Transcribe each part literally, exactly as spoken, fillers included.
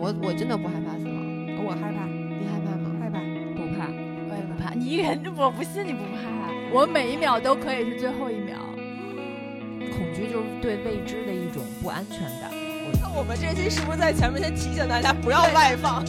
我我真的不害怕死亡。 我害怕。 你害怕吗？ 害怕。 不怕。 我也不怕。你一个人，我不信你不怕。我每一秒都可以是最后一秒。 恐惧就是对未知的一种不安全感。 那我们这期是不是在前面先提醒大家不要外放？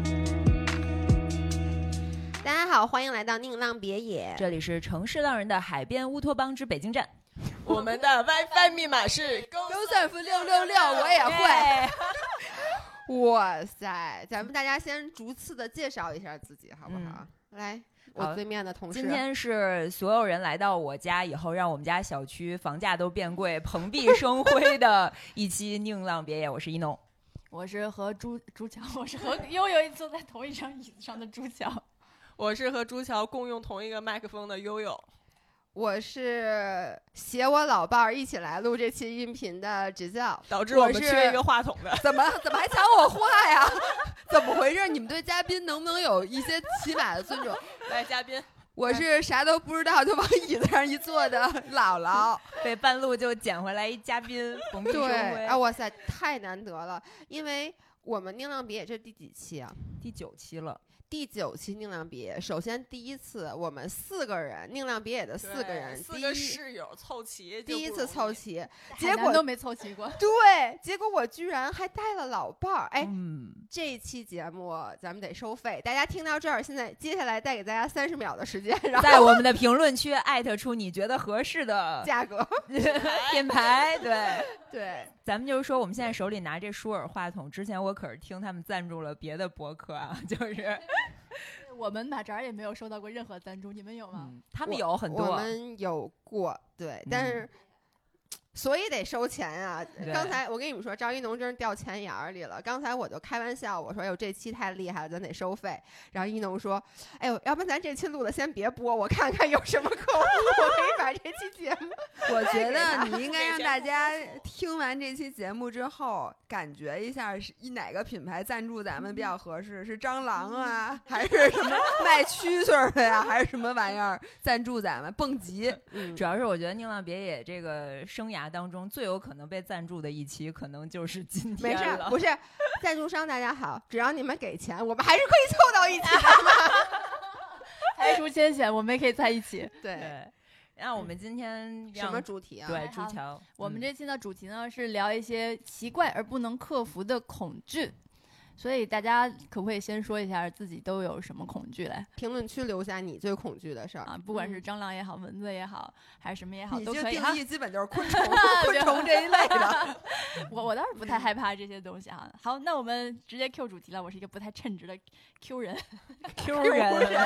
大家好，欢迎来到宁浪别野， 这里是城市浪人的海边乌托邦之北京站。 我们的 WiFi 密码是勾三 F 六六六，我也会。哇塞，咱们大家先逐次的介绍一下自己，好不好？嗯、来，我对面的同事。 今天是所有人来到我家以后，让我们家小区房价都变贵、蓬荜生辉的一期宁浪别野。我是一农， 我是和朱朱乔，我是和悠悠坐在同一张椅子上的朱乔。 我是和朱乔共用同一个麦克风的悠悠， 我是携我老伴儿一起来录这期音频的指教， 导致我们缺一个话筒的。 怎么怎么还抢我话呀？怎么回事？你们对嘉宾能不能有一些起码的尊重？ 来，嘉宾， 我是啥都不知道就往椅子上一坐的姥姥， 对，半路就捡回来一嘉宾，蓬荜生辉。 对，啊，哇塞，太难得了，因为我们宁浪别野这是第几期啊？ 第九期了。 第九期宁浪别野，首先第一次我们四个人，宁浪别野的四个人， 四个室友凑齐， 第一次凑齐， 结果都没凑齐过。 对，结果我居然还带了老伴儿。哎、 嗯， 这一期节目咱们得收费，大家听到这儿，现在接下来带给大家三十秒的时间，然后在我们的评论区艾特出你觉得合适的价格品牌。对对， 咱们就是说，我们现在手里拿这舒尔话筒，之前我可是听他们赞助了别的博客啊，就是我们马扎也没有收到过任何赞助，你们有吗？ 嗯、他们有很多， 我们有过，对，但是、嗯、所以得收钱啊。刚才我跟你们说，赵一农真是掉钱眼里了。刚才我就开玩笑，我说：“哎呦，这期太厉害了，咱得收费。”然后一农说：“哎呦，要不然咱这期录的先别播，我看看有什么客户，我可以把这期节目。” 我觉得你应该让大家听完这期节目之后，感觉一下是一哪个品牌赞助咱们比较合适，是蟑螂啊，还是什么卖蛐蛐的呀，还是什么玩意儿赞助咱们？蹦极。 嗯，主要是我觉得宁浪别野这个生涯当中最有可能被赞助的一期，可能就是今天了。 没事，不是赞助商大家好，只要你们给钱，我们还是可以凑到一起的。 排除千险，我们也可以在一起。 对。 对，那我们今天什么主题啊？ 对，朱乔， 我们这期的主题呢、嗯、是聊一些奇怪而不能克服的恐惧。所以大家可不可以先说一下自己都有什么恐惧来？ 评论区留下你最恐惧的事儿啊，不管是蟑螂也好，蚊子也好，还是什么也好， 你都可以。 定义基本就是昆虫，昆虫这一类的。 我我倒是不太害怕这些东西哈。好，那我们直接 Q 主题了。我是一个不太称职的 Q 人 ，Q 人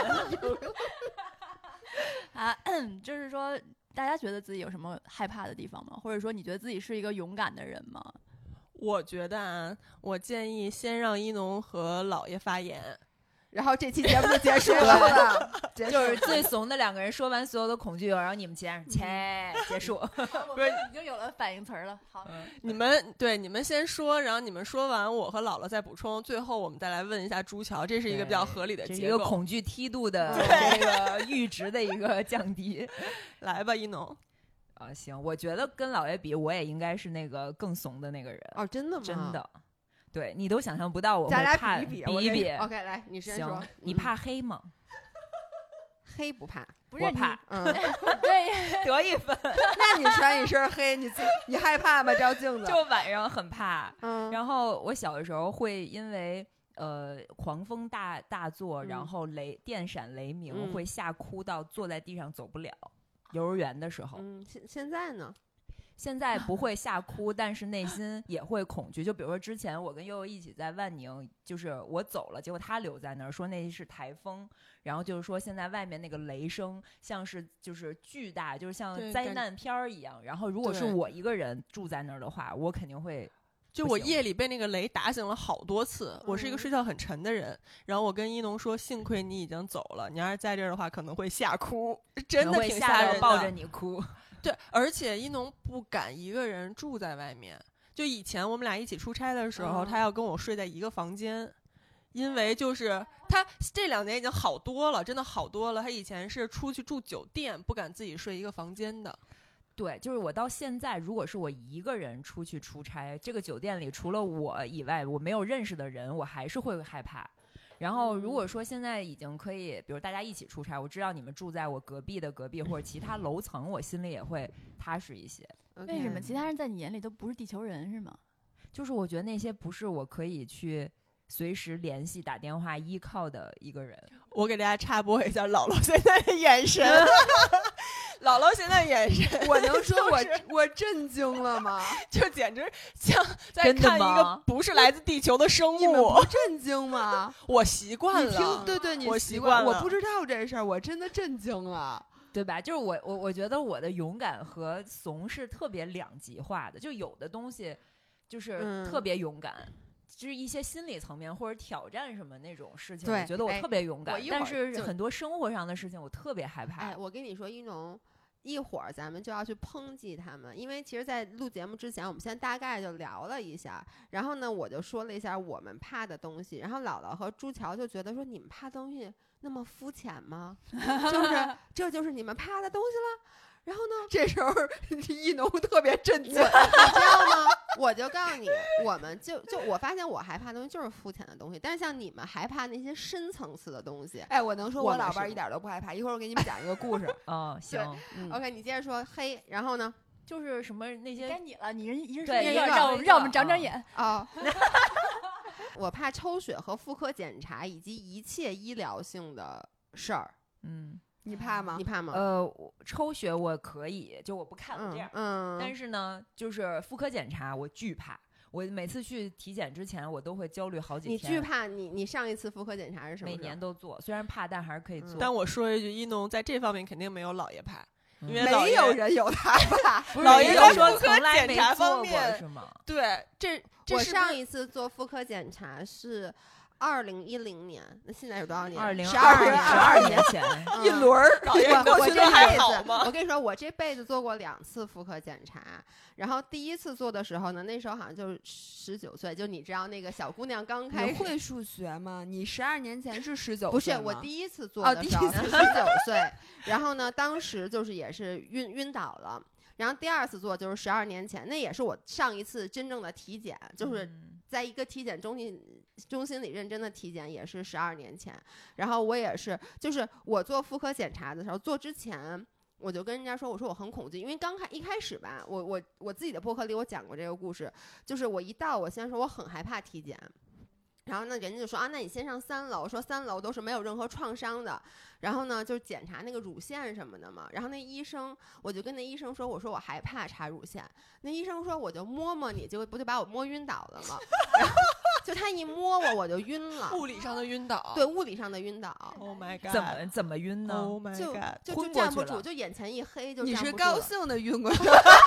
啊，就是说，大家觉得自己有什么害怕的地方吗？或者说，你觉得自己是一个勇敢的人吗？ 我觉得啊，我建议先让一农和姥爷发言， 然后这期节目就结束了。 就是最怂的两个人说完所有的恐惧，然后你们前切结束。 不是已经有了反应词了。好， 嗯、你们对你们先说，然后你们说完，我和姥姥再补充，最后我们再来问一下朱乔，这是一个比较合理的结构， 这是一个恐惧梯度的这个阈值的一个降低。 来吧，一农。 啊，行，我觉得跟姥爷比，我也应该是那个更怂的那个人。 哦，真的吗？ 真的，对你都想象不到我会怕。 咱俩比一比， 比一比。 OK， 来，你先说。 你怕黑吗？ 黑不怕， 不是我怕。 嗯， 对， 得一分。 那你穿一身黑，你你害怕吗？照镜子。 就晚上很怕。 嗯。 然后我小的时候会因为呃狂风大大作， 嗯、 然后雷电闪雷鸣、 嗯， 会吓哭到坐在地上走不了。幼儿园的时候， 嗯，现现在呢？ 现在不会吓哭，但是内心也会恐惧。就比如说之前我跟悠悠一起在万宁，就是我走了，结果他留在那儿，说那是台风，然后就是说现在外面那个雷声像是就是巨大，就是像灾难片儿一样。然后如果是我一个人住在那儿的话，我肯定会。 就我夜里被那个雷打醒了好多次、嗯、我是一个睡觉很沉的人，然后我跟一农说幸亏你已经走了，你要是在这儿的话可能会吓哭，真的挺吓人的， 抱着你哭。 对，而且一农不敢一个人住在外面，就以前我们俩一起出差的时候、嗯、他要跟我睡在一个房间，因为就是他这两年已经好多了，真的好多了，他以前是出去住酒店不敢自己睡一个房间的。 对，就是我到现在，如果是我一个人出去出差，这个酒店里除了我以外，我没有认识的人，我还是会害怕。然后如果说现在已经可以，比如大家一起出差，我知道你们住在我隔壁的隔壁或者其他楼层，我心里也会踏实一些。 为什么其他人在你眼里都不是地球人是吗？ 就是我觉得那些不是我可以去随时联系、打电话依靠的一个人。 我给大家插播一下姥姥现在的眼神，姥姥现在眼神， 我能说我、 就是、 我震惊了吗？ 就简直像在看一个不是来自地球的生物。 你们不震惊吗？ 我习惯了。 你听，对对，你我习惯了。 我不知道这事儿，我真的震惊了。 对吧？就是我我我觉得我的勇敢和怂是特别两极化的，就有的东西就是特别勇敢。嗯，就是一些心理层面或者挑战什么那种事情，我觉得我特别勇敢。 哎、 但是很多生活上的事情，我特别害怕。 哎，我跟你说，一农，一会儿咱们就要去抨击他们，因为其实，在录节目之前，我们先大概就聊了一下，然后呢，我就说了一下我们怕的东西，然后姥姥和朱乔就觉得说，你们怕东西那么肤浅吗？就是这就是你们怕的东西了。然后呢？ 这时候一农特别震惊，你知道吗？我就告诉你，我们就就我发现我害怕的东西就是肤浅的东西，但是像你们害怕那些深层次的东西。 哎，我能说我老伴一点都不害怕。一会儿我给你们讲一个故事。 哦，行、 嗯、，OK， 你接着说。黑，然后呢？ 就是什么那些该你了，你人一人对让让让我们长长眼啊。我怕抽血和妇科检查以及一切医疗性的事儿。 嗯。 你怕吗？ 你怕吗？ 呃，抽血我可以，就我不看我这样。 嗯。 但是呢，就是妇科检查我巨怕，我每次去体检之前我都会焦虑好几天。 你巨怕？你你上一次妇科检查是什么？ 每年都做，虽然怕，但还是可以做。 嗯、但我说一句，一农在这方面肯定没有姥爷怕， 嗯、 因为没有人有他怕。 姥爷在说妇科检查方面是吗？ 对，这这我上一次做妇科检查是。二零一零年，那现在有多少年？ 二零十二年，十二年前， 嗯、 一轮儿。 我我这还好吗？ 我跟你说，我这辈子做过两次妇科检查。然后第一次做的时候呢，那时候好像就是十九岁，就你知道那个小姑娘刚开始。 你会数学吗？你十二年前是十九岁？ 不是，我第一次做的时候是十九岁。然后呢，当时就是也是晕晕倒了。然后第二次做就是十二年前，那也是我上一次真正的体检，就是在一个体检中心中心里认真的体检，也是十二年前。然后我也是，就是我做妇科检查的时候，做之前我就跟人家说，我说我很恐惧，因为刚开一开始吧，我我我自己的播客里我讲过这个故事，就是我一到，我先说我很害怕体检。然后呢，人家就说啊，那你先上三楼，说三楼都是没有任何创伤的。然后呢，就是检查那个乳腺什么的嘛。然后那医生，我就跟那医生说，我说我害怕插乳腺。那医生说，我就摸摸你，结果不就把我摸晕倒了吗？然后就他一摸我，我就晕了。 物理上的晕倒。 对，物理上的晕倒。 Oh my god！ 怎么怎么晕呢 ？Oh my god！ 就就就站不住，就眼前一黑，就站不住。 你是高兴的晕过去？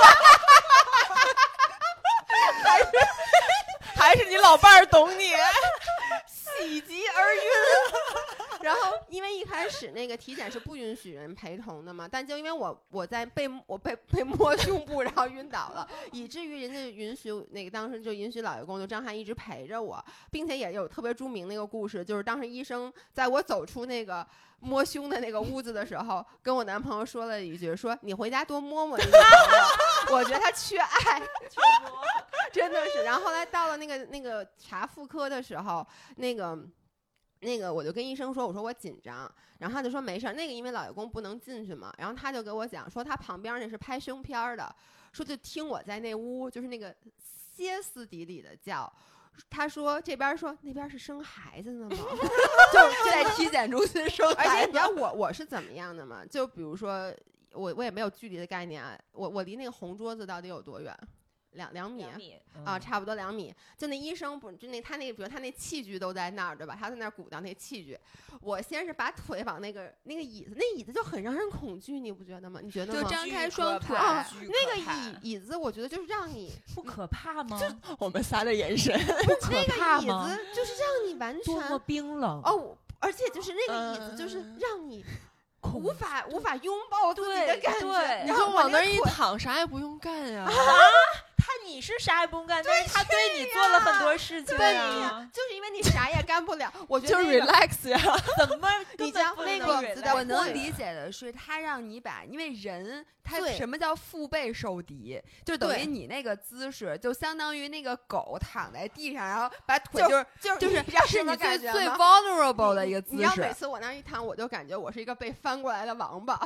还是还是你老伴儿懂你？喜极而晕。 然后因为一开始那个体检是不允许人陪同的嘛，但就因为我我在被我被被摸胸部然后晕倒了，以至于人家允许那个当时就允许老爷公就张翰一直陪着我，并且也有特别著名那个故事，就是当时医生在我走出那个摸胸的那个屋子的时候，跟我男朋友说了一句，说你回家多摸摸你女朋友，我觉得他缺爱，缺摸，真的是。然后后来到了那个那个查妇科的时候，那个。那个我就跟医生说，我说我紧张，然后他就说没事儿，那个因为老爷公不能进去嘛，然后他就给我讲说他旁边那是拍胸片的，说就听我在那屋就是那个歇斯底里的叫，他说这边说那边是生孩子呢吗？ 就在体检中心生孩子， 而且你知道我我是怎么样的吗？就比如说我我也没有距离的概念啊，我我离那个红桌子到底有多远？两两米, 两米、嗯、 啊，差不多两米。就那医生不，就那他那个，比如他那器具都在那儿，对吧？他在那儿鼓捣那器具。我先是把腿往那个那个椅子，那椅子就很让人恐惧，你不觉得吗？你觉得吗？ 就张开双腿啊，那个椅椅子，我觉得就是让你不可怕吗？ 就我们仨的眼神不可怕吗？ 那个椅子就是让你完全多么冰冷哦，而且就是那个椅子就是让你。无法无法拥抱自己的感觉， 你就往那儿一躺，啥也不用干呀。 啊，他你你是啥也不干，但是他对你做了很多事情对呀、 呀，就是因为你啥也干不了，我觉得、 就那个、 relax 呀。 怎么你知道那个子的我能理解的是，他让你把，因为人他对什么叫腹背受敌，就等于对你那个姿势，就相当于那个狗躺在地上，然后把腿就就是就是就是你知道什么是你最最感觉吗 vulnerable 的一个姿你要每势。 次我那一躺，我就感觉我是一个被翻过来的王八。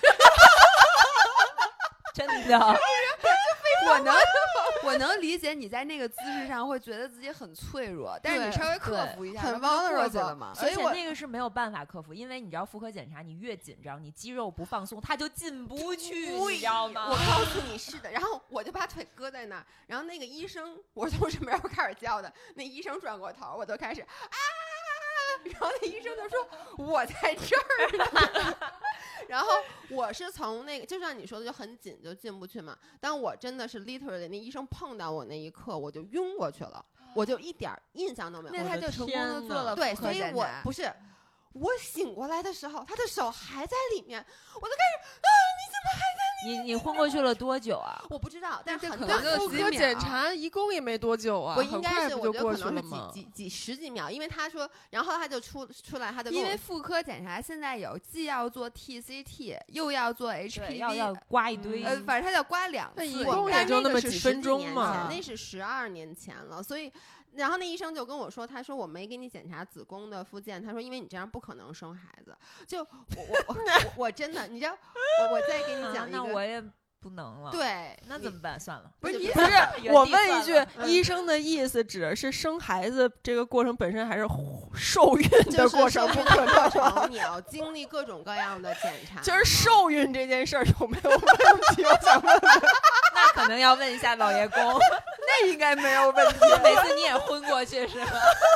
真的， 我能我能理解你在那个姿势上会觉得自己很脆弱，但是你对稍微克对服一下， 很然后就过去 vulnerable 了嘛。 所以我而且那个是没有办法克服，因为你知道妇科检查，你越紧张，你肌肉不放松，它就进不去，你知道吗？ 我告诉你是的，然后我就把腿搁在那儿，然后那个医生，我从什么时候开始叫的？那医生转过头，我就开始啊，然后那医生就说我在这儿呢。然后我是从那个，就像你说的，就很紧，就进不去嘛。但我真的是 literally， 那医生碰到我那一刻，我就晕过去了，我就一点印象都没有。 那他就成功的做了对， 妇所以我科检查不是。我醒过来的时候，他的手还在里面，我就开始啊，你怎么还在？ 你你昏过去了多久啊？ 我不知道，但是很可短能就几秒妇科检查一共也没多久啊， 我应该很快是我觉得不就过去可能是了吗？ 几几几十几秒，因为他说，然后他就出出来，他就跟我因为妇科检查现在有既要做 T C T， 又要做 H 对 P V， 要要刮一堆。 呃，反正他要刮两次。 那一我共也就但那个是那么几分十年钟嘛前那是十二年前了，所以。然后那医生就跟我说，他说我没给你检查子宫的附件，他说因为你这样不可能生孩子。就我我我我我真的，你知道，我我再给你啊讲一个， 那我也不能了。， 对， 那怎么办？算了， 不是你不是，我原地算问一句了， 嗯医生的意思指的是生孩子这个过程本身，还是受孕就是的过程？ 受孕的过程，你要经历各种各样的检查， 就是受孕这件事儿有没有问题？我想问问。 那可能要问一下老爷公， 那应该没有问题。 每次你也昏过去是吗？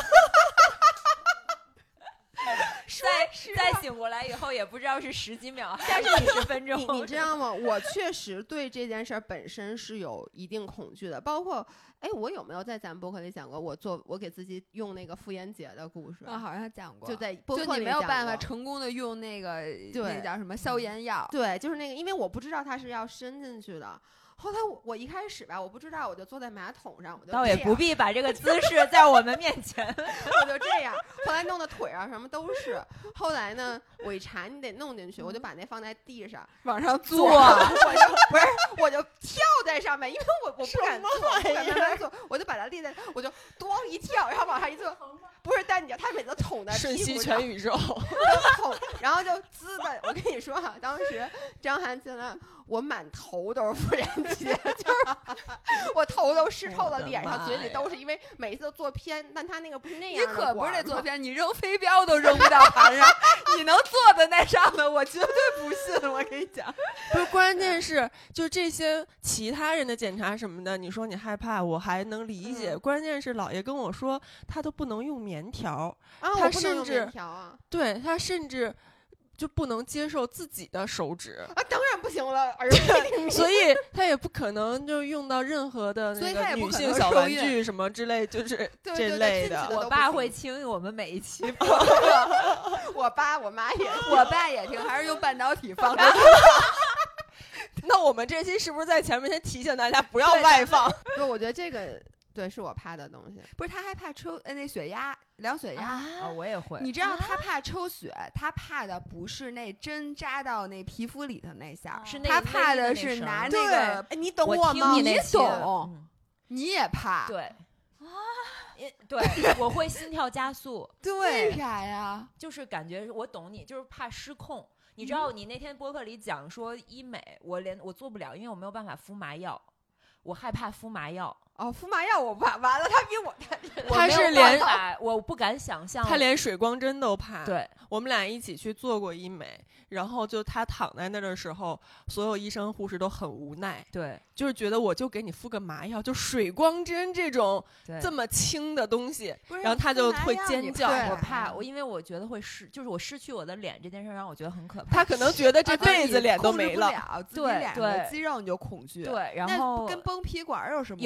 再再醒过来以后，也不知道是十几秒还是几十分钟。 你你知道吗？我确实对这件事儿本身是有一定恐惧的，包括哎，我有没有在咱播客里讲过我做我给自己用那个妇炎洁的故事？ 啊，好像讲过， 就在播客就你里讲没有办法过成功的用那个对那个叫什么消炎药。 对，就是那个，因为我不知道它是要伸进去的。后来我我一开始吧，我不知道，我就坐在马桶上，我就倒也这样不必把这个姿势在我们面前。 我就这样，后来弄的腿上什么都是。后来呢，我一查你得弄进去，我就把那放在地上， 往上坐，我就不是，我就跳在上面，因为我我不敢坐，不敢慢慢坐，我就把它立在，我就咣一跳，然后往上一坐，不是，但你知道他每次捅在瞬息屁股上全宇宙， 捅，然后就滋的。我跟你说哈、啊，当时张涵进来，我满头都是妇炎洁，就是我头都湿透了，脸上、嘴里都是，因为每次都坐偏，但他那个不是那你样的可不是管吗这坐偏，你扔飞镖都扔不到盘上，你能坐在那上面，我绝对不信。我跟你讲， 不是，关键是就这些其他人的检查什么的，你说你害怕，我还能理解。 嗯、 关键是姥爷跟我说，他都不能用棉条， 啊， 他我不能用甚至棉条啊， 对他甚至就不能接受自己的手指啊，当然不行了，耳朵所以他也不可能就用到任何的那个女所以他也不可性小玩能受孕具什么之类，就是对对这对类的。 进去的都不我爸行会听我们每一期， 我爸我妈也我爸也听，还是用半导体放的。 那我们这期是不是在前面先提醒大家不要外放？ 不，我觉得这个对是我怕的东西。 不是，他还怕抽呃那血压量血压。 啊，我也会。 你知道他怕抽血，他怕的不是那针扎到那皮肤里头那下， 是那他怕的那是绳拿那对个， 哎，你懂我吗？ 你听那期了懂嗯你也怕。 对啊，对，我会心跳加速， 为啥呀？ 就是感觉我懂你，就是怕失控。你知道，你那天播客里讲说医美，我连我做不了，因为我没有办法敷麻药，我害怕敷麻药。 哦，敷麻药我怕，完了他比我他他我没有是连办法，我不敢想象， 他连水光针都怕。 对， 我们俩一起去做过医美，然后就他躺在那儿的时候，所有医生护士都很无奈， 对就是觉得我就给你敷个麻药，就水光针这种对， 这么轻的东西， 不是然后他就会尖叫。 对我怕我，因为我觉得会失，就是我失去我的脸这件事让我觉得很可怕。 他可能觉得这啊辈子脸都没了，自己对脸上的对肌肉你就恐惧。 对，然那后跟崩皮管有什么有关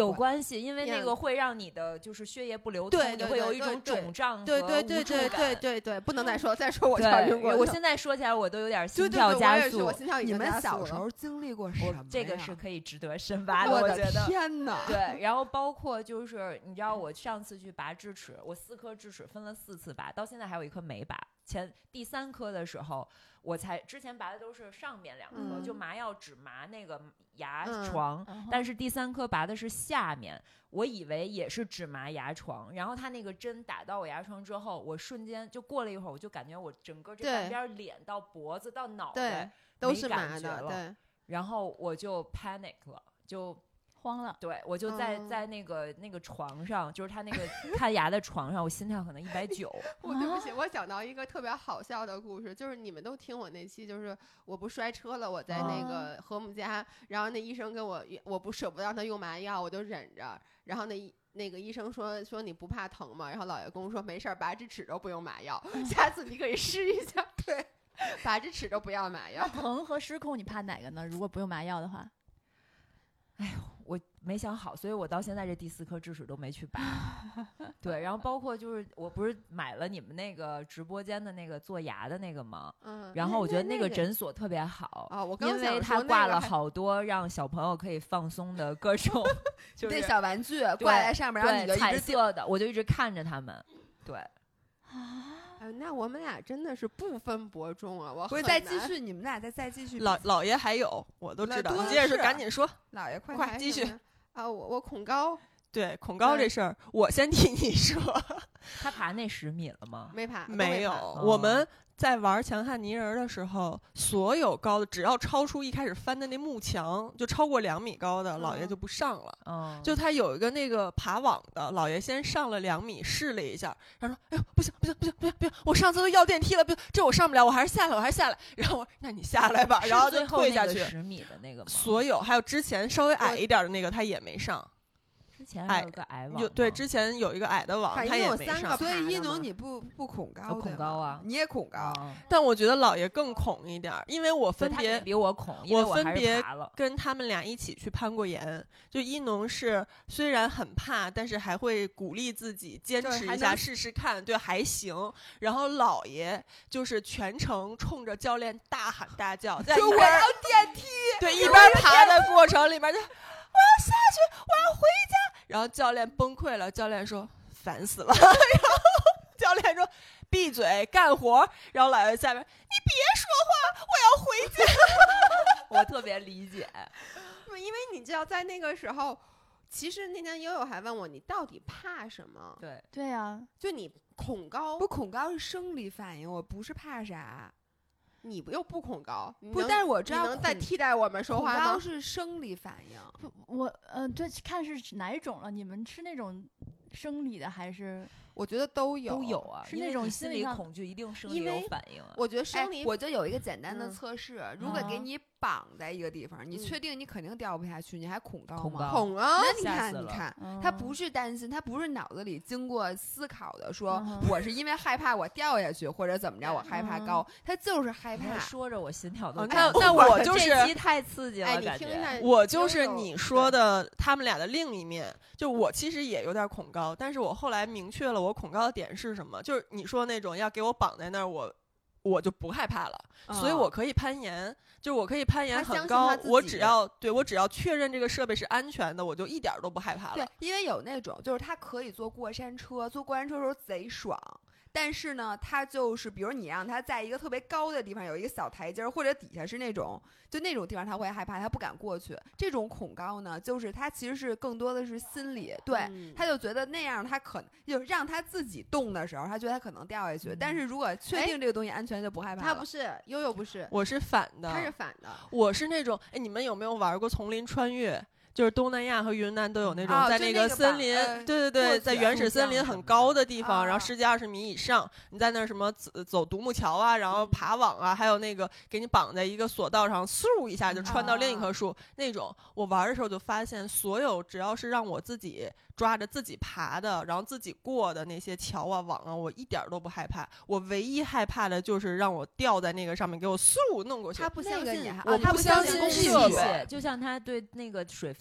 系，因为呀那个会让你的就是血液不流对通， 对你会有一种对对肿胀和对对对无助对对感对对，不能再说，再说我就要对晕过去了。 我现在说起来我都有点对心跳对对，我加速也是我。心跳已你们经加速了小时候经历过什么我呀？ 这个是可以值得深挖的， 我的我觉得。 天哪！ 对，然后包括就是你知道，我上次去拔智齿，我四颗智齿分了四次拔，到现在还有一颗没拔。前第三颗的时候，我才之前拔的都是上面两颗， 嗯就麻药只麻那个牙嗯床， 嗯但是第三颗拔的是下面，我以为也是只麻牙床，然后他那个针打到我牙床之后，我瞬间就过了一会儿，我就感觉我整个这半对边脸到脖子到脑对袋都没是麻的， 感觉了对。 然后我就 panic 了，就。 慌了。 对，我就在、 嗯在那个那个床上，就是他那个看牙的床上，我心跳可能一百九。 我对不起，我讲到一个特别好笑的故事，就是你们都听我那期，就是我不摔车了，我在那个和睦家，然后那医生跟我，我不舍不得让他用麻药，我就忍着，然后那医那个医生说说你不怕疼吗？然后姥爷跟我说没事儿，拔智齿都不用麻药，下次你可以试一下，对，拔智齿都不要麻药。 疼和失控，你怕哪个呢？如果不用麻药的话， 我没想好，所以我到现在这第四颗智齿都没去拔。对，然后包括就是我不是买了你们那个直播间的那个做牙的那个吗？ 嗯， 然后我觉得那个那诊所特别好。 啊，我刚因为想他挂了说那个还好多让小朋友可以放松的各种，就是那小玩具挂在上面，然后你就对彩一直盯。 色的，我就一直看着他们。对， 哎，那我们俩真的是不分伯仲啊！我不是很难再继续，你们俩再再继续比。 老老爷还有，我都知道， 那多你接着说， 是赶紧说。 老爷快我快继续还什么啊！我我恐高对，恐高对这事儿，我先替你说。 他爬那十米了吗？ 没爬，都没有， 爬我们在玩强悍泥人儿的时候，所有高的只要超出一开始翻的那幕墙，就超过两米高的，老爷嗯就不上了。 嗯， 就他有一个那个爬网的，老爷先上了两米试了一下，然后说：“哎呦，不行不行不行不行不行，我上次都要电梯了，不行，这我上不了，我还是下来，我还是下来。”然后我那你下来吧，然后就最后那个退下去。 十米的那个吗？ 所有还有之前稍微矮一点的那个，他也没上。 之前还有个矮网吗， 有对，之前有一个矮的网，他反正有也没上。 三个所以一农爬的嘛你不不恐高我对吗恐高啊你也恐高。 啊， 但我觉得老爷更恐一点儿，因为我分别所以他也比我恐，因为我还是分别爬了。 跟他们俩一起去攀过岩。就一农是虽然很怕，但是还会鼓励自己坚持一下， 对还能试试看，对，还行。然后姥爷就是全程冲着教练大喊大叫，在一边说我要电梯， 对一边爬的过程里边就我要下去，我要回家。然后教练崩溃了，教练说烦死了。然后教练说闭嘴干活。然后姥爷下边你别说话，我要回家。 我特别理解， 不因为你知道，在那个时候，其实那天悠悠还问我，你到底怕什么？ 对， 对呀、 就你恐高， 不恐高是生理反应，我不是怕啥。 你不又不恐高，你不， 能但是我知道你能再恐替代我们说恐话吗？ 高是生理反应。 不，我呃，对，看是哪一种了。你们是那种生理的还是？ 我觉得都有， 都有啊，因为是那种你心理心理上恐惧一定生理因为有反应啊。 我觉得哎生理，， 我就有一个简单的嗯测试，如果给啊你绑在一个地方，你嗯确定你肯定掉不下去，你还恐高吗？ 恐高恐啊， 那你看， 吓死了你看， 嗯他不是担心，他不是脑子里经过思考的，说嗯我是因为害怕我掉下去或者怎么着，我害怕高，他就是害怕你看。说着我心跳都哦加速那那了我就是这期太刺激了， 哎，你感觉听听， 我就是悠悠你说的他们俩的另一面，就我其实也有点恐高，但是我后来明确了我恐高的点是什么，就是你说那种要给我绑在那儿，我我就不害怕了，所以我可以攀岩，就我可以攀岩他相信很高他自，己我只要对我只要确认这个设备是安全的，我就一点儿都不害怕对了。， 因为有那种就是他可以坐过山车，坐过山车的时候贼爽。但是呢，他就是，比如你让他在一个特别高的地方有一个小台阶儿，或者底下是那种，就那种地方他会害怕，他不敢过去。这种恐高呢，就是他其实是更多的是心理，对， 嗯他就觉得那样他可能就是让他自己动的时候，他觉得他可能掉下去。 嗯但是如果确定这个东西安全，就不害怕了。 他不是悠悠不是， 我是反的， 他是反的， 我是那种，哎，你们有没有玩过丛林穿越？就是东南亚和云南都有那种， 哦在个就那个绑森林， 呃对对对， 过在去原始森林很高的地方， 啊然后十几二十米以上，你在那儿什么走走独木桥啊，然后爬网啊，还有那个给你绑在一个索道上，嗖一下就穿到另一棵树、那种。我玩的时候就发现，所有只要是让我自己抓着自己爬的，然后自己过的那些桥啊网啊，我一点都不害怕。我唯一害怕的就是让我掉在那个上面，给我嗖弄过去他。不相信， 那个你还哦他我不相信信工具设备谢谢，就像他对那个水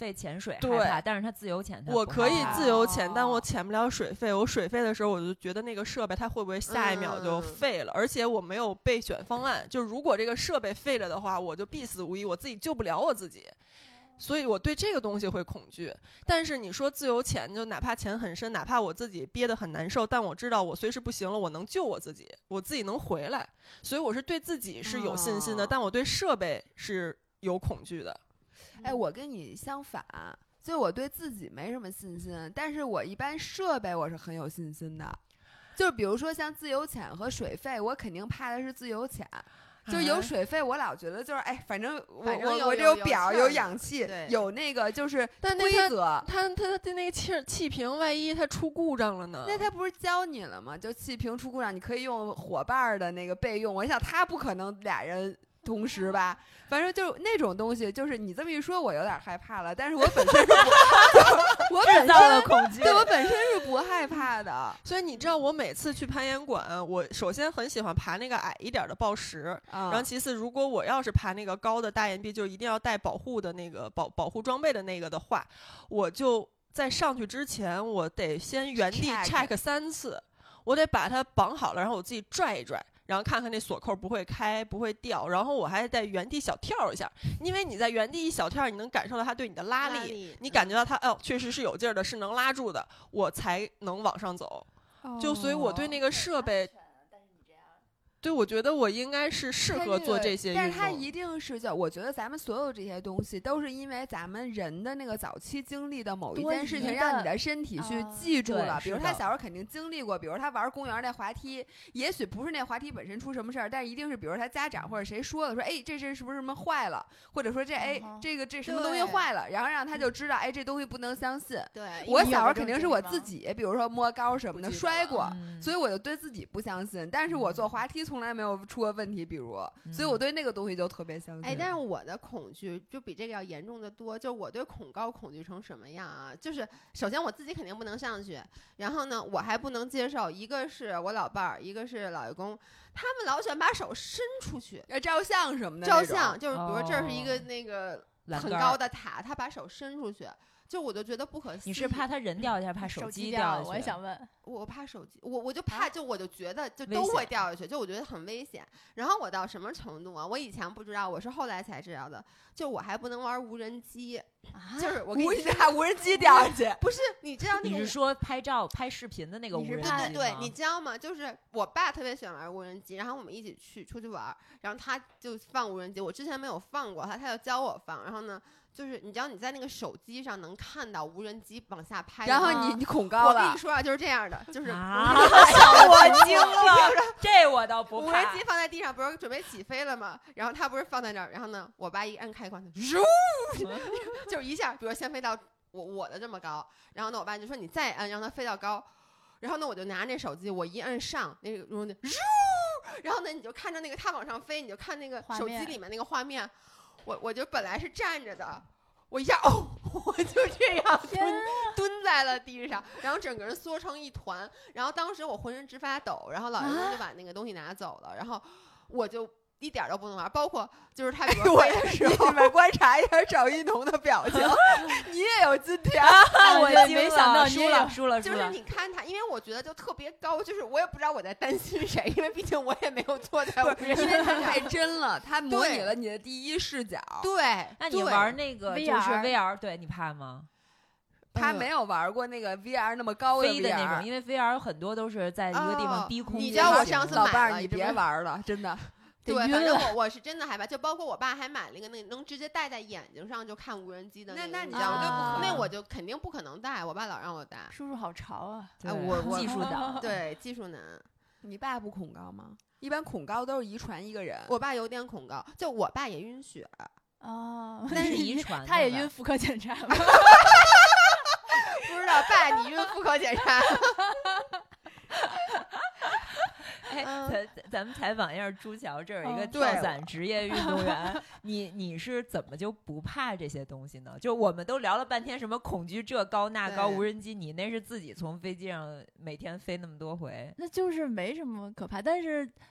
费潜水害对怕，但是他自由潜他我可以不害怕自由潜， 哦但我潜不了水费。我水费的时候，我就觉得那个设备它会不会下一秒就嗯废了，而且我没有备选方案，就如果这个设备废了的话，我就必死无疑，我自己救不了我自己。所以我对这个东西会恐惧。但是你说自由潜，就哪怕潜很深，哪怕我自己憋得很难受，但我知道我随时不行了，我能救我自己，我自己能回来。所以我是对自己是有信心的， 哦但我对设备是有恐惧的。 哎，我跟你相反，就我对自己没什么信心，但是我一般设备我是很有信心的。就是比如说像自由潜和水费，我肯定怕的是自由潜。就是有水费，我老觉得就是哎，反正我反正有我我这有有表有气儿氧气对， 有那个就是但那它规则。 它它的那个气儿气瓶，万一它出故障了呢？ 那他不是教你了吗？就气瓶出故障，你可以用伙伴儿的那个备用。我想他不可能俩人同时吧，反正就那种东西，就是你这么一说，我有点害怕了。但是我本身是不，我本制造了身恐惧。 对我本身是不害怕的。 所以你知道，我每次去攀岩馆，我首先很喜欢爬那个矮一点的抱石， 啊、 然后其次，如果我要是爬那个高的大岩壁，就一定要带保护的那个保保护装备的那个的话，我就在上去之前，我得先原地 Check check 三次，我得把它绑好了，然后我自己拽一拽。然后看看那锁扣不会开不会掉，然后我还在原地小跳一下，因为你在原地一小跳，你能感受到它对你的拉力， 拉力你感觉到它哦确实是有劲儿的，是能拉住的，我才能往上走。就所以我对那个设备，对，我觉得我应该是适合做这些运动。 但是它一定是就我觉得咱们所有这些东西都是因为咱们人的那个早期经历的某一件事情， 多疑的让你的身体去啊记住了。 对是的比如他小时候肯定经历过，比如他玩公园那滑梯，也许不是那滑梯本身出什么事儿，但一定是比如他家长或者谁说的，说哎这是是不是什么坏了，或者说这哎嗯哼这个这什么东西对坏了，然后让他就知道哎这东西不能相信。 对， 我小时候你有这肯定是我种经历吗自己，比如说摸高什么的不记得了摔过， 嗯所以我就对自己不相信。但是我坐滑梯从来没有出过问题，比如，所以我对那个东西就特别相信。 哎，但是我的恐惧就比这个要严重的多。就我对恐高恐惧成什么样啊？就是首先我自己肯定不能上去，然后呢，我还不能接受，一个是我老伴儿，一个是老爷公，他们老喜欢把手伸出去要照相什么的那种， 照相，就是比如说这儿是一个哦那个很栏杆儿高的塔，他把手伸出去，就我就觉得不可思议。 你是怕他人掉下去，怕手机掉了， 掉下去？ 我也想问， 我我怕手机，我我就怕，就我就觉得就危都会险掉下去，就我觉得很危险。然后我到什么程度啊？我以前不知道，我是后来才知道的。就我还不能玩无人机，就是我跟无你说， 架无人机掉下去。 不是你知道那个你是说拍照拍视频的那个你是无人机怕对对对， 吗你知道吗？就是我爸特别喜欢玩无人机，然后我们一起去出去玩，然后他就放无人机，我之前没有放过他，他就教我放。然后呢，就是你知道你在那个手机上能看到无人机往下拍的然吗， 后你你恐高了我跟你，说啊，就是这样的，就是啊， 我惊了，这我倒不怕无人机。放在地上，不是准备起飞了吗？然后它不是放在那儿，然后呢，我爸一按开关，咻，就是一下，比如先飞到我我的这么高，然后呢，我爸就说你再按，让它飞到高，然后呢，我就拿那手机，我一按上那个，咻，然后呢，你就看着那个它往上飞，你就看那个手机画面里面那个画面，我我就本来是站着的。我一下哦，我就这样蹲蹲在了地上，然后整个人缩成一团，然后当时我浑身直发抖，然后老爷公就把那个东西拿走了，然后我就一点都不能玩，包括就是他比如我飞的时候， 你们观察一下赵一农的表情，你也有今天。 我对惊没想到了输了， 你也有输了，输就是了。 你看他，因为我觉得就特别高，就是我也不知道我在担心谁，因为毕竟我也没有坐在无人因为它机太真了，它模拟对了你的第一视角。 对， 那你对玩那个就是 V R V R，对你怕吗？ 嗯他没有玩过那个 V R 那么高的飞的 V R 那种，因为 V R 很多都是在一个地哦方低空你飞知道我行上次买老伴儿，你别了一只玩了，真的。 对， 得反正晕了我我是真的害怕，就包括我爸还买了一个那个能直接戴在眼睛上就看无人机的个， 那那你你知道吗？ 绝对不可能那我就肯定不可能戴，我爸老让我戴。 叔叔好潮啊！ 对哎我我技术党。 对，技术男， 你爸不恐高吗？一般恐高都是遗传一个人。 我爸有点恐高，就我爸也晕血， 哦， 那是遗传的吧， 他也晕妇科检查吗？ 不知道爸你晕妇科检查？ 哎， 嗯咱咱们采访一下朱乔，这儿有一个嗯跳对伞职业运动员，你你是怎么就不怕这些东西呢？就我们都聊了半天什么恐惧这高那高对无人机，你那是自己从飞机上每天飞那么多回， 那就是没什么可怕，但是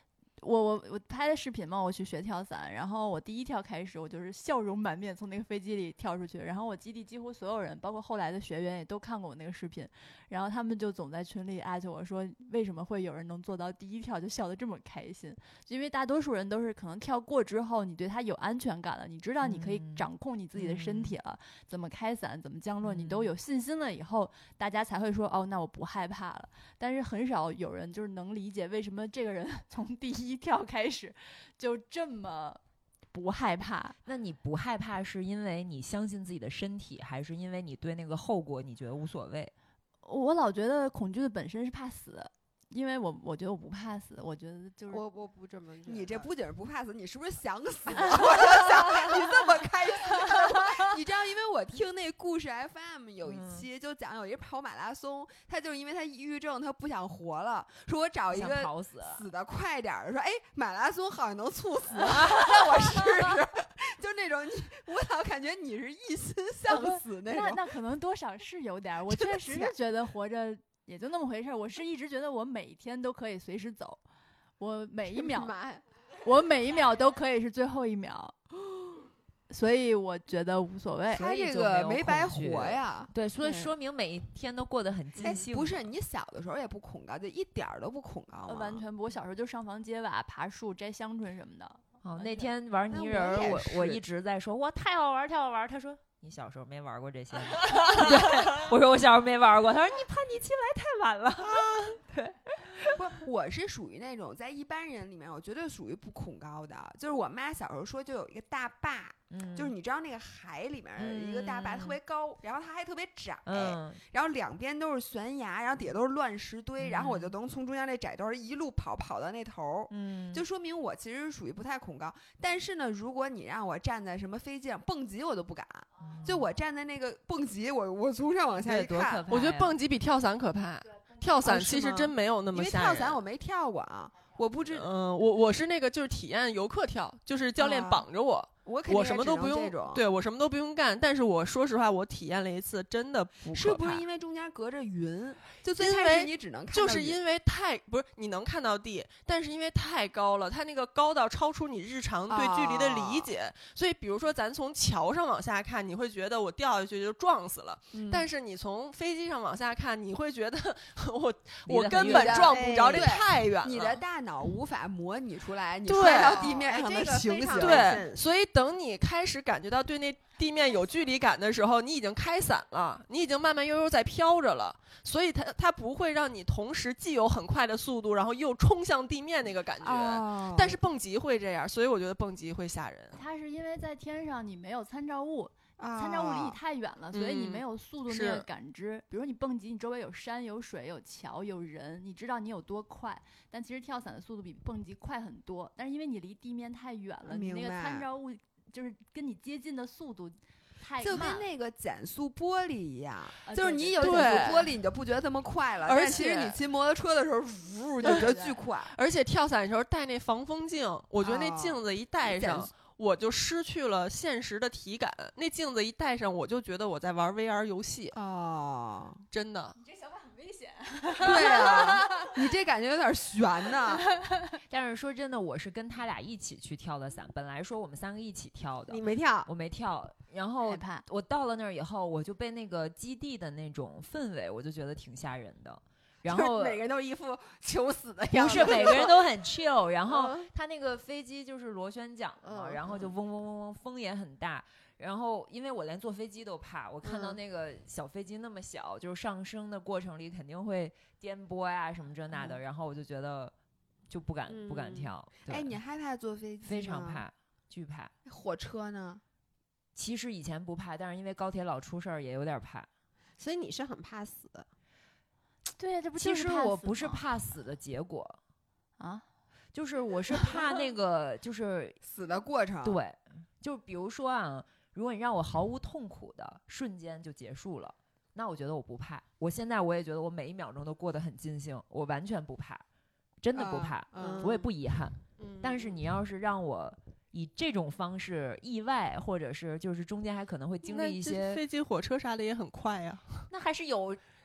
我我我拍的视频嘛，我去学跳伞，然后我第一跳开始，我就是笑容满面从那个飞机里跳出去，然后我基地几乎所有人，包括后来的学员也都看过我那个视频，然后他们就总在群里艾特我说，为什么会有人能做到第一跳就笑得这么开心？因为大多数人都是可能跳过之后，你对他有安全感了，你知道你可以掌控你自己的身体了，嗯、怎么开伞，怎么降落，你都有信心了以后，大家才会说哦，那我不害怕了。但是很少有人就是能理解为什么这个人从第一跳开始就这么不害怕。 那你不害怕是因为你相信自己的身体，还是因为你对那个后果你觉得无所谓？ 我老觉得恐惧的本身是怕死，因为我我觉得我不怕死，我觉得就是我我不这么觉得。 你这不仅是不怕死，你是不是想死？我就想你这么开心，你知道，因为我听那故事 F M 有一期就讲有一个跑马拉松，他就是因为他抑郁症，他不想活了，说我找一个跑死死的快点儿的，说哎马拉松好像能猝死，让我试试。就那种你，我老感觉你是一心向死那种。 那那可能多少是有点，我确实是觉得活着也就那么回事儿。我是一直觉得我每天都可以随时走，我每一秒，我每一秒都可以是最后一秒，所以我觉得无所谓。 他这个没白活呀， 对，所以说明每一天都过得很尽兴。 不是你小的时候也不恐高，就一点儿都不恐高吗？ 完全不，我小时候就上房揭瓦、爬树、摘香椿什么的。 哦，那天玩泥人，我我一直在说，哇，太好玩，太好玩。他说你小时候没玩过这些吗？对，我说我小时候没玩过。他说你叛逆期来太晚了。对， 不，我是属于那种在一般人里面，我绝对属于不恐高的。就是我妈小时候说，就有一个大坝，嗯、就是你知道那个海里面的一个大坝、嗯、特别高，然后它还特别窄，嗯、然后两边都是悬崖，然后底下都是乱石堆，嗯、然后我就能从中间那窄道一路跑跑到那头，嗯，就说明我其实属于不太恐高。但是呢，如果你让我站在什么飞机上蹦极，我都不敢。嗯、就我站在那个蹦极，我我从上往下一看， 我觉得蹦极比跳伞可怕。跳伞其实真没有那么吓人， 因为跳伞我没跳过啊，我不知。 嗯，我我是那个就是体验游客跳，就是教练绑着我。啊我我什么都不用，对我什么都不用干，但是我说实话，我体验了一次，真的不可怕。 是不是因为中间隔着云？就最开始你只能看到云， 就是因为太不是你能看到地，但是因为太高了，它那个高到超出你日常对距离的理解，哦、所以比如说咱从桥上往下看，你会觉得我掉下去就撞死了，嗯、但是你从飞机上往下看，你会觉得我我根本撞不着，这太远了， 你的大脑无法模拟出来你摔到地面上的情形。 对，所以等你开始感觉到对那地面有距离感的时候，你已经开伞了，你已经慢慢悠悠在飘着了，所以它它不会让你同时既有很快的速度，然后又冲向地面那个感觉。哦、但是蹦极会这样，所以我觉得蹦极会吓人。 它是因为在天上你没有参照物。参照物离你太远了，所以你没有速度那个感知。嗯、比如你蹦极，你周围有山、有水、有桥、有人，你知道你有多快。但其实跳伞的速度比蹦极快很多，但是因为你离地面太远了，你那个参照物就是跟你接近的速度太慢， 就跟那个减速玻璃一样，啊、就是你有减速玻璃，你就不觉得这么快了。而且其实你骑摩托车的时候，呜就觉得巨快。 而且跳伞的时候戴那防风镜，我觉得那镜子一戴上。哦我就失去了现实的体感，那镜子一戴上，我就觉得我在玩 V R 游戏哦， 真的。 你这想法很危险。 对啊，你这感觉有点悬呢。 但是说真的，我是跟他俩一起去跳的伞，本来说我们三个一起跳的， 你没跳， 我没跳。然后我到了那儿以后，我就被那个基地的那种氛围，我就觉得挺吓人的。然后每个人都一副求死的样子， 不是每个人都很 chill。然后他那个飞机就是螺旋桨嘛，嗯、然后就嗡嗡嗡嗡，风也很大。然后因为我连坐飞机都怕，我看到那个小飞机那么小，嗯、就是上升的过程里肯定会颠簸呀什么这那的，嗯、然后我就觉得就不敢、嗯、不敢跳。 哎，你害怕坐飞机吗？ 非常怕，巨怕。 火车呢？ 其实以前不怕，但是因为高铁老出事儿，也有点怕。 所以你是很怕死的。 对呀，这不其实我不是怕死的结果啊，就是我是怕那个就是死的过程。 对，就比如说啊，如果你让我毫无痛苦的瞬间就结束了，那我觉得我不怕。我现在我也觉得我每一秒钟都过得很尽兴，我完全不怕，真的不怕，嗯、我也不遗憾。嗯、但是你要是让我以这种方式意外，或者是就是中间还可能会经历一些飞机、火车啥的也很快呀， 那还是有。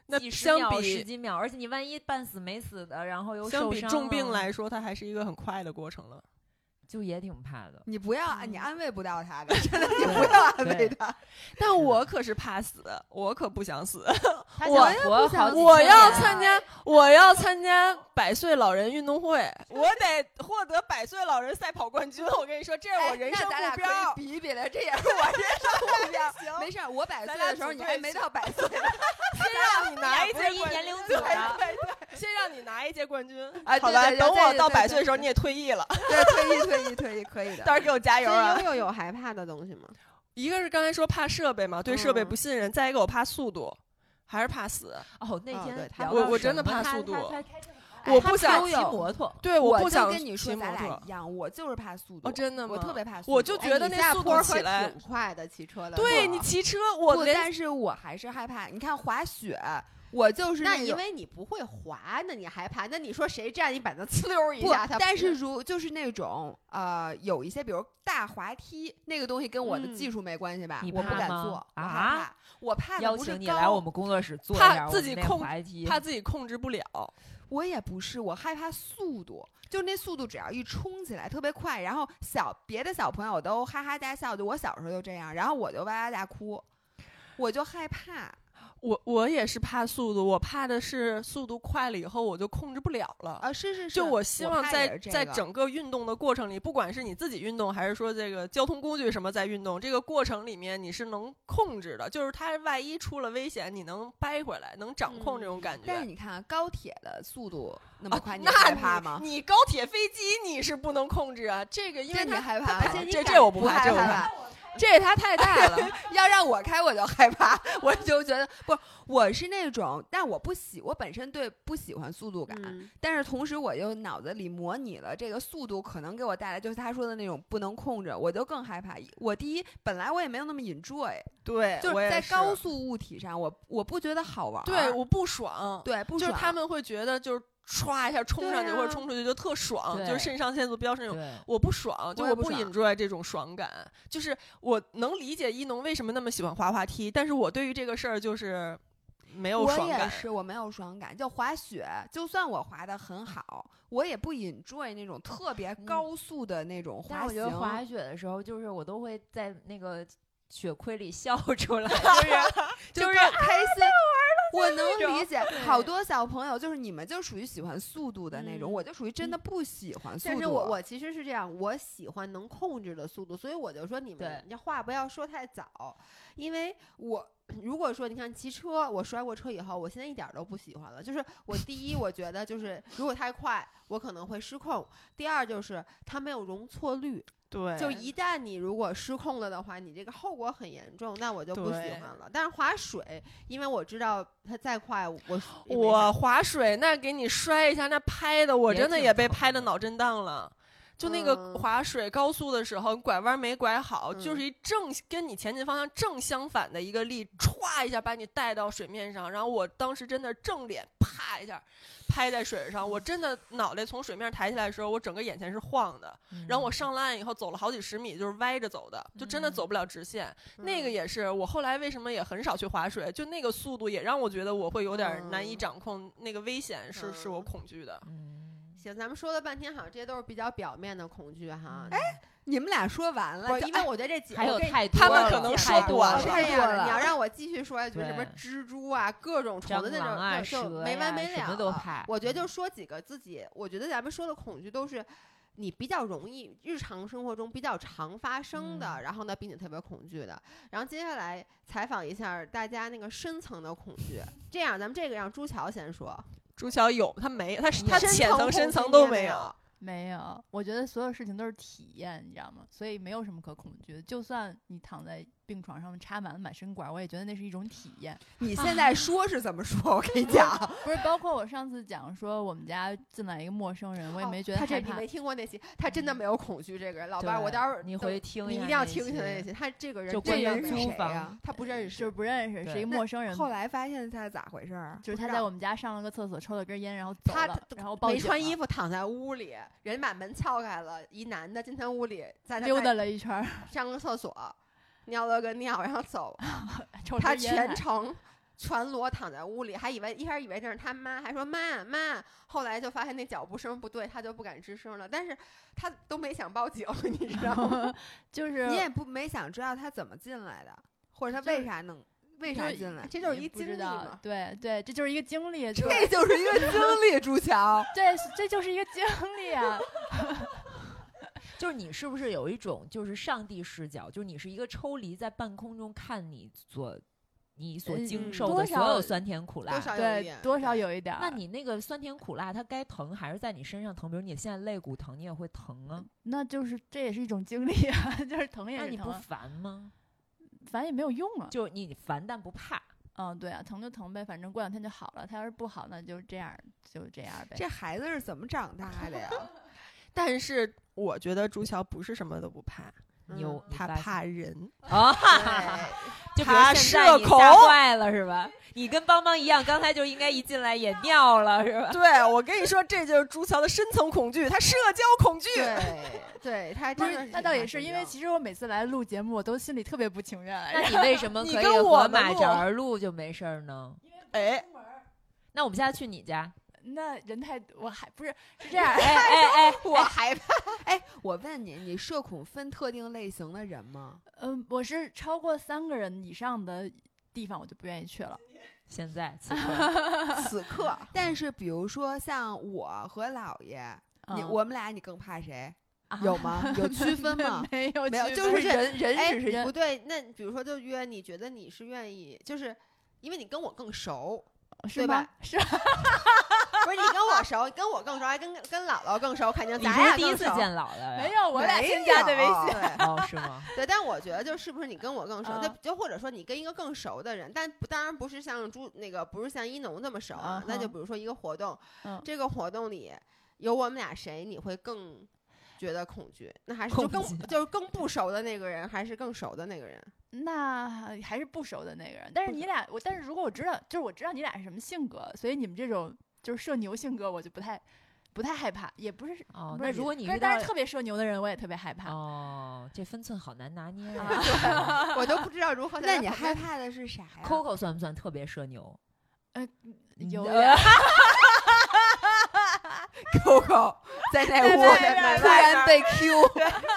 那几十秒、 相比十几秒，而且你万一半死没死的，然后又相受伤比重病了来说，它还是一个很快的过程了。 就也挺怕的。 你不要， 嗯你安慰不到他的，真的，你不要安慰他。 但我可是怕死，我可不想死。 他我想活好几我千年要参加，我要参加百岁老人运动会，我得获得百岁老人赛跑冠军。我跟你说，这是我人生哎、那咱俩目标。 可以比一比了，这也是我人生目标。 行没事儿，我百岁咱俩的时候组队去你还没到百岁呢。 先让你拿一不届冠军， 是一年龄组对的对对，先让你拿一届冠军， 啊好吧？ 对对对等我到对对对百岁的时候，你也退役了， 对，退役退役退役可以的。 到时候给我加油啊悠！悠有害怕的东西吗？ 一个是刚才说怕设备嘛，对设备嗯不信任；再一个我怕速度，还是怕死。 哦，那哦对天他聊到我我真的什么他怕速度他他哎我不想他骑摩托， 对， 我不想就跟你说， 骑摩咱俩托一。样，我就是怕速度。 哦，真的吗？ 我特别怕速度。 我就觉得哎你那速度下坡可起来， 挺快的，骑车的。 对是吧你骑车， 不我连但是我还是害怕。你看滑雪，我就是那种因为你不会滑，那你害怕。那你说谁站你板凳呲溜一不下，它， 但是如就是那种呃，有一些比如大滑梯那个东西跟我的嗯技术没关系吧？ 你我不怕吗敢坐，我害啊怕。我怕的邀不是高请你来我们工作室坐一怕下我们那自己控滑梯， 怕自己控制不了。 我也不是，我害怕速度，就那速度只要一冲起来特别快，然后小别的小朋友都哈哈大笑，就我小时候就这样，然后我就哇哇大哭，我就害怕。 我我也是怕速度，我怕的是速度快了以后我就控制不了了。 啊，是是是， 就我希望怕在也是这个在整个运动的过程里，不管是你自己运动，还是说这个交通工具什么在运动，这个过程里面你是能控制的，就是它万一出了危险，你能掰回来，能掌控这种感觉。 但是你看高铁的速度那么啊快，你那害怕吗？ 你高铁、飞机你是不能控制啊，这个因为这你它害怕吗？ 它这这这我不怕，这我不怕。这它太大了， 要让我开我就害怕，我就觉得不，我是那种，但我不喜，我本身对不喜欢速度感， 嗯但是同时我又脑子里模拟了这个速度可能给我带来，就是他说的那种不能控制，我就更害怕。我第一本来我也没有那么 enjoy， 对， 就我也是在高速物体上，我我不觉得好玩儿， 对我不爽， 对不爽， 就是他们会觉得就是歘一下冲上去、 对啊或者冲出去就特爽， 对就是肾上腺素飙升那种。 对， 我不爽，就我不我也不爽 enjoy 这种爽感。就是我能理解一农为什么那么喜欢滑滑梯，但是我对于这个事儿就是没有我爽感。 也是，我没有爽感。就滑雪，就算我滑的很好，我也不 enjoy 那种特别高速的那种滑行。 但是我觉得滑雪的时候，就是我都会在那个血亏里笑出来，就是就是就是开心。我能理解， 对好多小朋友就是你们就属于喜欢速度的那种， 嗯我就属于真的不喜欢速度。 但是我我其实是这样，我喜欢能控制的速度，所以我就说你们对你话不要说太早，因为我如果说你看骑车，我摔过车以后，我现在一点儿都不喜欢了。就是我第一，我觉得就是如果太快，我可能会失控；第二就是它没有容错率。 对， 就一旦你如果失控了的话，你这个后果很严重，那我就不喜对欢了。但是滑水，因为我知道它再快，我我滑水那给你摔一下，那拍的我也挺真的也被疼的拍的脑震荡了。就那个嗯滑水高速的时候，你拐弯没拐好， 嗯就是一正跟你前进方向正相反的一个力，歘一下把你带到水面上，然后我当时真的正脸啪一下拍在水上，我真的脑袋从水面抬起来的时候，我整个眼前是晃的，然后我上了岸以后走了好几十米，就是歪着走的，就真的走不了直线。那个也是我后来为什么也很少去滑水，就那个速度也让我觉得我会有点难以掌控，那个危险是是我恐惧的。 嗯， 行，咱们说了半天，好像这些都是比较表面的恐惧哈。 哎， 你们俩说完了， 不是， 就因为我觉得这几还有我跟你太多他们了可能说太多短了是了， 这样的， 了你要让我继续说下去，什么对蜘蛛啊，各种虫子那蟑螂啊种就就蛇没完呀什没了了么都怕我觉得就说几个自己，我觉得咱们说的恐惧都是你比较容易日常生活中比较常发生的， 嗯然后呢，并且特别恐惧的。然后接下来采访一下大家那个深层的恐惧。这样，咱们这个让朱乔先说。 朱乔有，他没，他他深浅层深层恐惧层都没你也没有。 没有，我觉得所有事情都是体验，你知道吗？所以没有什么可恐惧的。就算你躺在病床上插满了满身管，我也觉得那是一种体验。 你现在说是怎么说？我跟你讲， 不是，包括我上次讲说我们家进来一个陌生人，我也没觉得哦他这害怕。 你没听过那期，他真的没有恐惧这个人。老伴儿， 对我待会儿你回去听你一一下那定要听听期那期。他这个人就真的没有关于租谁呀房， 他不认识就是。不认识，是对一个陌生人。 后来发现他咋回事儿？ 就是他不知道在我们家上了个厕所，抽了根烟，然后走他了，然后报没穿警了衣服躺在屋里，人把门撬开了，一男的进他屋里，在他溜达了一圈儿， 上个厕所，尿了个尿，然后走了。 抽了他根烟还全程全裸躺在屋里，还以为一开始以为这是他妈，还说妈妈，后来就发现那脚步声不对，他就不敢吱声了。但是他都没想报警，你知道吗？ 就是你也不没想知道他怎么进来的，或者他为啥能为啥进来？ 这就是一不经历知道嘛。 对对，这就是一个经历， 这就是一个经历，朱乔。 对，这就是一个经历啊。 就是你是不是有一种就是上帝视角，就是你是一个抽离在半空中看你所你所经受的所有酸甜苦辣， 多少有一对点， 多少有一点儿。 那你那个酸甜苦辣，它该疼还是在你身上疼？比如你现在肋骨疼，你也会疼啊。 那就是这也是一种经历啊，就是疼也那你不是疼啊， 烦吗？ 烦也没有用啊。 就你烦但不怕。 嗯，对啊，疼就疼呗，反正过两天就好了。他要是不好，那就这样，就这样呗。 这孩子是怎么长大的呀？ 但是我觉得朱乔不是什么都不怕， 牛， 他怕人啊，就比如他现在你社恐吓坏了是吧？你跟邦邦一样，刚才就应该一进来也尿了是吧？ 对，我跟你说，这就是朱乔的深层恐惧，他社交恐惧。 对，对他不是， 真的是那倒也是， 怕社交因为其实我每次来录节目，我都心里特别不情愿。 那你为什么可以你跟我和马们录扎儿录就没事儿呢？ 哎， 那我们现在去你家。 那人太，我还不是是这样。 哎哎哎， 我害怕。 哎，我问你，你社恐分特定类型的人吗？ 嗯，我是超过三个人以上的地方，我就不愿意去了。 现在此刻此刻， 但是比如说像我和姥爷，你嗯我们俩你更怕谁？ 啊有吗？有区分吗？ 没有， 没有， 区分就是人人哎只是不对。那比如说，就约你觉得你是愿意，就是因为你跟我更熟， 是对吧吗？是不是你跟我熟，跟我更熟，还跟跟姥姥更熟，肯定你咱是第一次俩更熟。 见姥姥呀？ 没有，我俩没先加的微有信。 对哦，是吗？ 对，但我觉得就是不是你跟我更熟， 啊就就或者说你跟一个更熟的人，但不当然不是像朱那个不是像一农那么熟啊啊， 那就哈比如说一个活动， 嗯这个活动里有我们俩谁你会更觉得恐惧？那还是就更恐惧就是更不熟的那个人，还是更熟的那个人？ 那还是不熟的那个人。但是你俩，我但是如果我知道，就是我知道你俩是什么性格，所以你们这种就是社牛性格，我就不太不太害怕，也不是。 哦， 不是那如果你遇到可是但是特别社牛的人，我也特别害怕。 哦，这分寸好难拿捏啊啊。 我都不知道如何在那你旁边害怕的是啥呀 Coco 算不算特别社牛？呃有点 ？Coco 在那屋在外突然被 Q，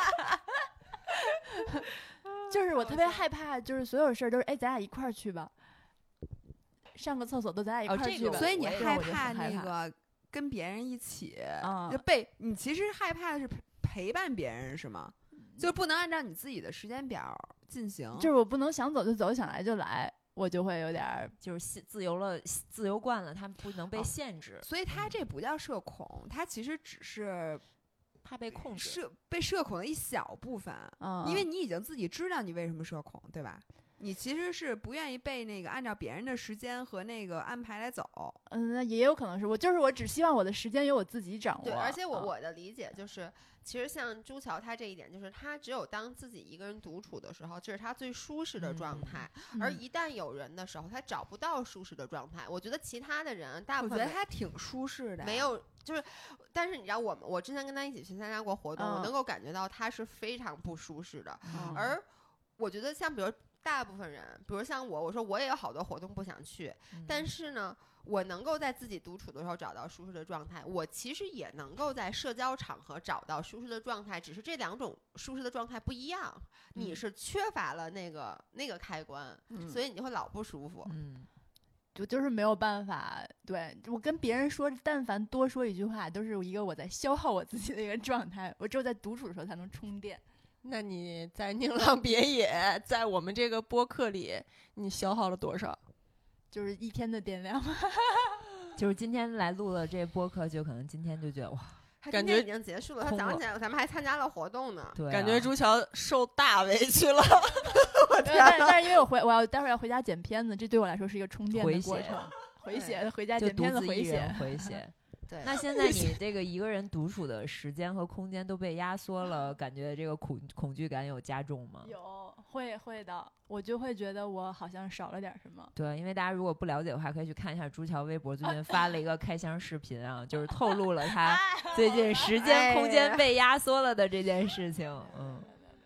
就是我特别害怕，就是所有事儿都是哎，咱俩一块儿去吧。上个厕所都咱俩一块哦这个儿去吧。 所以你我也害我就怕很害怕那个跟别人一起， 啊就被你其实害怕的是陪陪伴别人是吗？就是不能按照你自己的时间表进行。 就是我不能想走就走，想来就来，我就会有点儿。 就是自由了，自由惯了，他不能被哦限制， 所以他这不叫社恐，他其实只是怕被控制。 社被社恐的一小部分， 嗯， 因为你已经自己知道你为什么社恐，对吧？你其实是不愿意被那个按照别人的时间和那个安排来走。 嗯，那也有可能是我，就是我只希望我的时间由我自己掌握。 对，而且我嗯我的理解就是，其实像朱乔他这一点，就是他只有当自己一个人独处的时候，这是他最舒适的状态。而嗯一旦有人的时候，他找不到舒适的状态。我觉得其他的人大我觉得部分没他挺舒适的， 没有，就是，但是你知道我们，我之前跟他一起去参加过活动，我嗯能够感觉到他是非常不舒适的。 嗯而我觉得像比如大部分人，比如像我，我说我也有好多活动不想去， 嗯但是呢，我能够在自己独处的时候找到舒适的状态，我其实也能够在社交场合找到舒适的状态，只是这两种舒适的状态不一样。你嗯是缺乏了那个那个开关， 嗯所以你就会老不舒服。 嗯， 我就是没有办法，对我跟别人说，但凡多说一句话，都是一个我在消耗我自己的一个状态。我只有在独处的时候才能充电。 那你在宁浪别野，在我们这个播客里，你消耗了多少？ 就是一天的电量。 就是今天来录了这播客，就可能今天就觉得哇， 他感觉今天已经结束了，他空了早上起来咱们还参加了活动呢。 对啊、 感觉朱乔受大委屈了。我天但是哪！ 但是因为我回我要待会儿要回家剪片子，这对我来说是一个充电回血的过程。回血，回家就独剪片子自一回血人。回血。 对， 那现在你这个一个人独处的时间和空间都被压缩了，感觉这个恐恐惧感有加重吗？ 有会会的，我就会觉得我好像少了点什么。 对，因为大家如果不了解的话，可以去看一下朱乔微博，最近发了一个开箱视频啊，就是透露了他最近时间空间被压缩了的这件事情。嗯，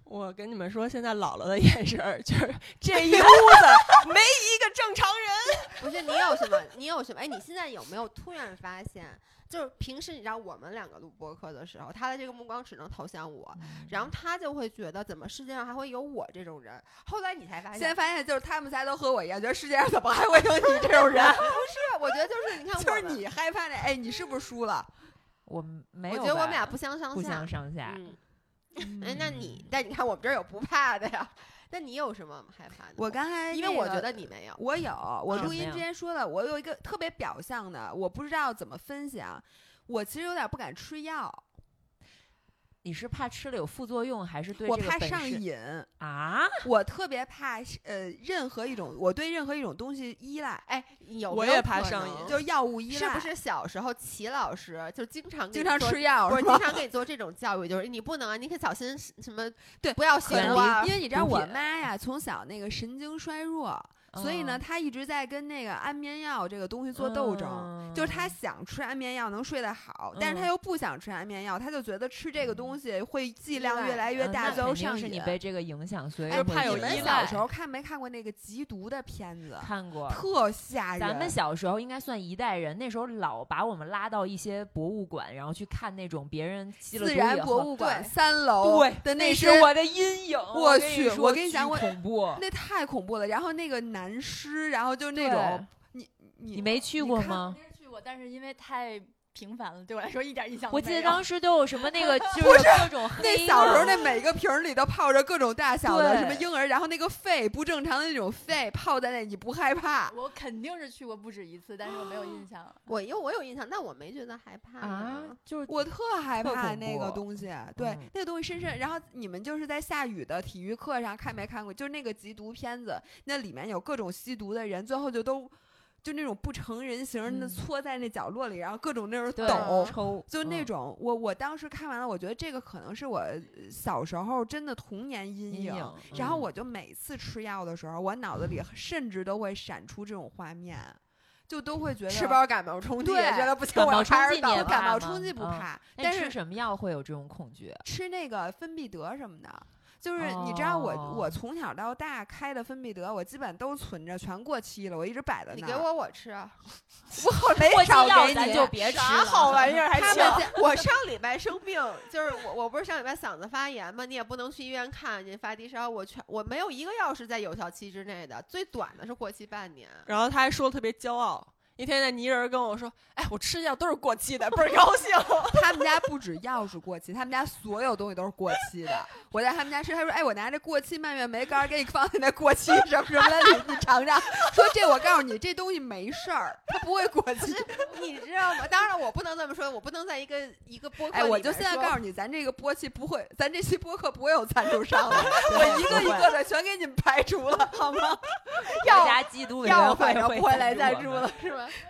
我跟你们说，现在姥姥的眼神儿就是这一屋子没一个正常人。 不是你有什么？你有什么？哎，你现在有没有突然发现，就是平时你知道我们两个录播客的时候，他的这个目光只能投向我， 嗯、 然后他就会觉得怎么世界上还会有我这种人？后来你才发现， 现在发现就是他们仨都和我一样，觉得世界上怎么还会有你这种人？ 不是，我觉得就是你看， 就是你害怕那，哎，你是不是输了？ 我没有， 我觉得我们俩不相上下， 不相上下。 嗯哎，那你，但你看我们这儿有不怕的呀，那你有什么害怕的？ 我刚才、那个， 因为我觉得你没有， 我有，我录音之前说了，我有一个特别表象的，我不知道怎么分享，我其实有点不敢吃药。 你是怕吃了有副作用，还是对我这个本怕上瘾啊？ 我特别怕呃任何一种，我对任何一种东西依赖。 哎，有我也怕上瘾， 就是药物依赖。 是不是小时候齐老师就经常经常吃药， 不是经常给你做这种教育，就是你不能啊，你可小心什么， 对， 不要吸毒啊。 因为你知道我妈呀，从小那个神经衰弱。所以呢，他一直在跟那个安眠药这个东西做斗争，嗯、就是他想吃安眠药能睡得好，嗯、但是他又不想吃安眠药，他就觉得吃这个东西会剂量越来越大，最后上瘾。 是你被这个影响，所以哎， 怕有依赖。 你们小时候看没看过那个缉毒的片子？ 看过， 特吓人。 咱们小时候应该算一代人，那时候老把我们拉到一些博物馆，然后去看那种别人吸了毒以后自然博物馆三楼对的那是我的阴影。 我去， 我跟你讲， 恐怖， 那太恐怖了。然后那个男尸，然后就那种，你你你没去过吗？ 没去过，但是因为太频繁了，对我来说一点印象都没有。 我记得当时都有什么那个，就是各种黑。 那小时候那每个瓶里都泡着各种大小的什么婴儿，然后那个肺不正常的那种肺泡在那，你不害怕？ 我肯定是去过不止一次，但是我没有印象。 我有我有印象，但我没觉得害怕啊，就是我特害怕那个东西。对，嗯、那个东西深深。然后你们就是在下雨的体育课上看没看过？就是那个缉毒片子，那里面有各种吸毒的人，最后就都。就那种不成人形的搓在那角落里，嗯、然后各种那种抖抽， 就那种、嗯、我我当时看完了，我觉得这个可能是我小时候真的童年阴影。 阴影然后我就每次吃药的时候，我脑子里甚至都会闪出这种画面，就都会觉得吃包感冒冲剂， 对， 觉得不行， 感冒冲剂你也感冒冲剂不怕， 嗯、 但是吃什么药会有这种恐惧？ 吃那个芬必得什么的。就是你知道我、哦、我从小到大开的芬必得，我基本都存着，全过期了，我一直摆在那儿。 你给我我吃啊！ 我没少给你， 就别吃了。 啥好玩意儿还吃？我上礼拜生病，就是我我不是上礼拜嗓子发炎吗？你也不能去医院看，你发低烧，我全我没有一个药是在有效期之内的，最短的是过期半年。 然后他还说特别骄傲。一天那泥人跟我说：“哎，我吃药都是过期的，倍儿高兴。” 他们家不止药是过期，他们家所有东西都是过期的。我在他们家吃，他说：“哎，我拿这过期蔓越莓干给你放在那过期什么什么的，你你尝尝。说这我告诉你，这东西没事儿，它不会过期， 你知道吗？当然我不能这么说，我不能在一个一个播客里面说。 哎，我就现在告诉你，咱这个播期不会，咱这期播客不会有赞助商的，我一个一个的全给你们排除了，好吗？ 要家基督委员会不会来赞助了，是吧？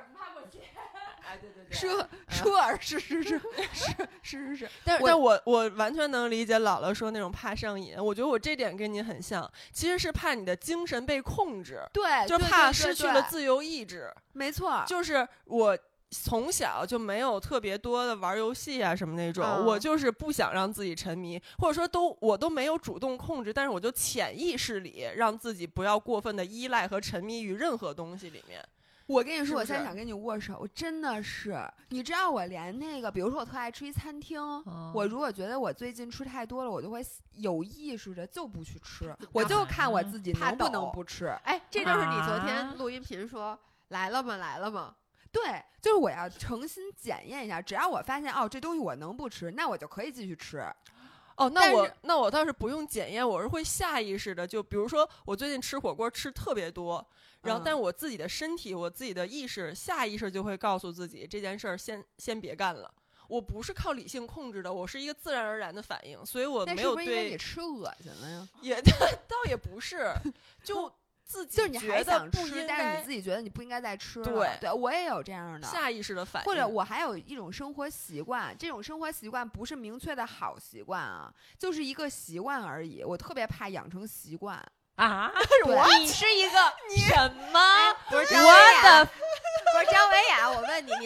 舒舒尔是是是是是是是， 但但我我完全能理解姥姥说那种怕上瘾，我觉得我这点跟你很像，其实是怕你的精神被控制， 对， 就怕失去了自由意志， 没错， 就是我从小就没有特别多的玩游戏啊什么那种、嗯、我就是不想让自己沉迷，或者说都我都没有主动控制，但是我就潜意识里让自己不要过分的依赖和沉迷于任何东西里面。 我跟你说，我现在想跟你握手，我真的是，你知道我连那个，比如说我特爱吃一餐厅、哦，我如果觉得我最近吃太多了，我就会有意识的就不去吃，我就看我自己能不能不吃。 哎，这就是你昨天录音频说、啊、来了吗？来了吗？ 对，就是我要诚心检验一下，只要我发现哦这东西我能不吃，那我就可以继续吃。 哦，那我那我倒是不用检验，我是会下意识的，就比如说我最近吃火锅吃特别多，然后但我自己的身体、嗯、我自己的意识下意识就会告诉自己这件事儿先先别干了。我不是靠理性控制的，我是一个自然而然的反应，所以我没有对。 那是不是因为你吃恶心了呀？ 也倒也不是，就。自己就是你还想吃，但是你自己觉得你不应该再吃了。 对， 对我也有这样的下意识的反应。 或者我还有一种生活习惯，这种生活习惯不是明确的好习惯啊，就是一个习惯而已。我特别怕养成习惯啊！ 我你是一个什么？ 不是张维雅，不是张维雅，我问你，你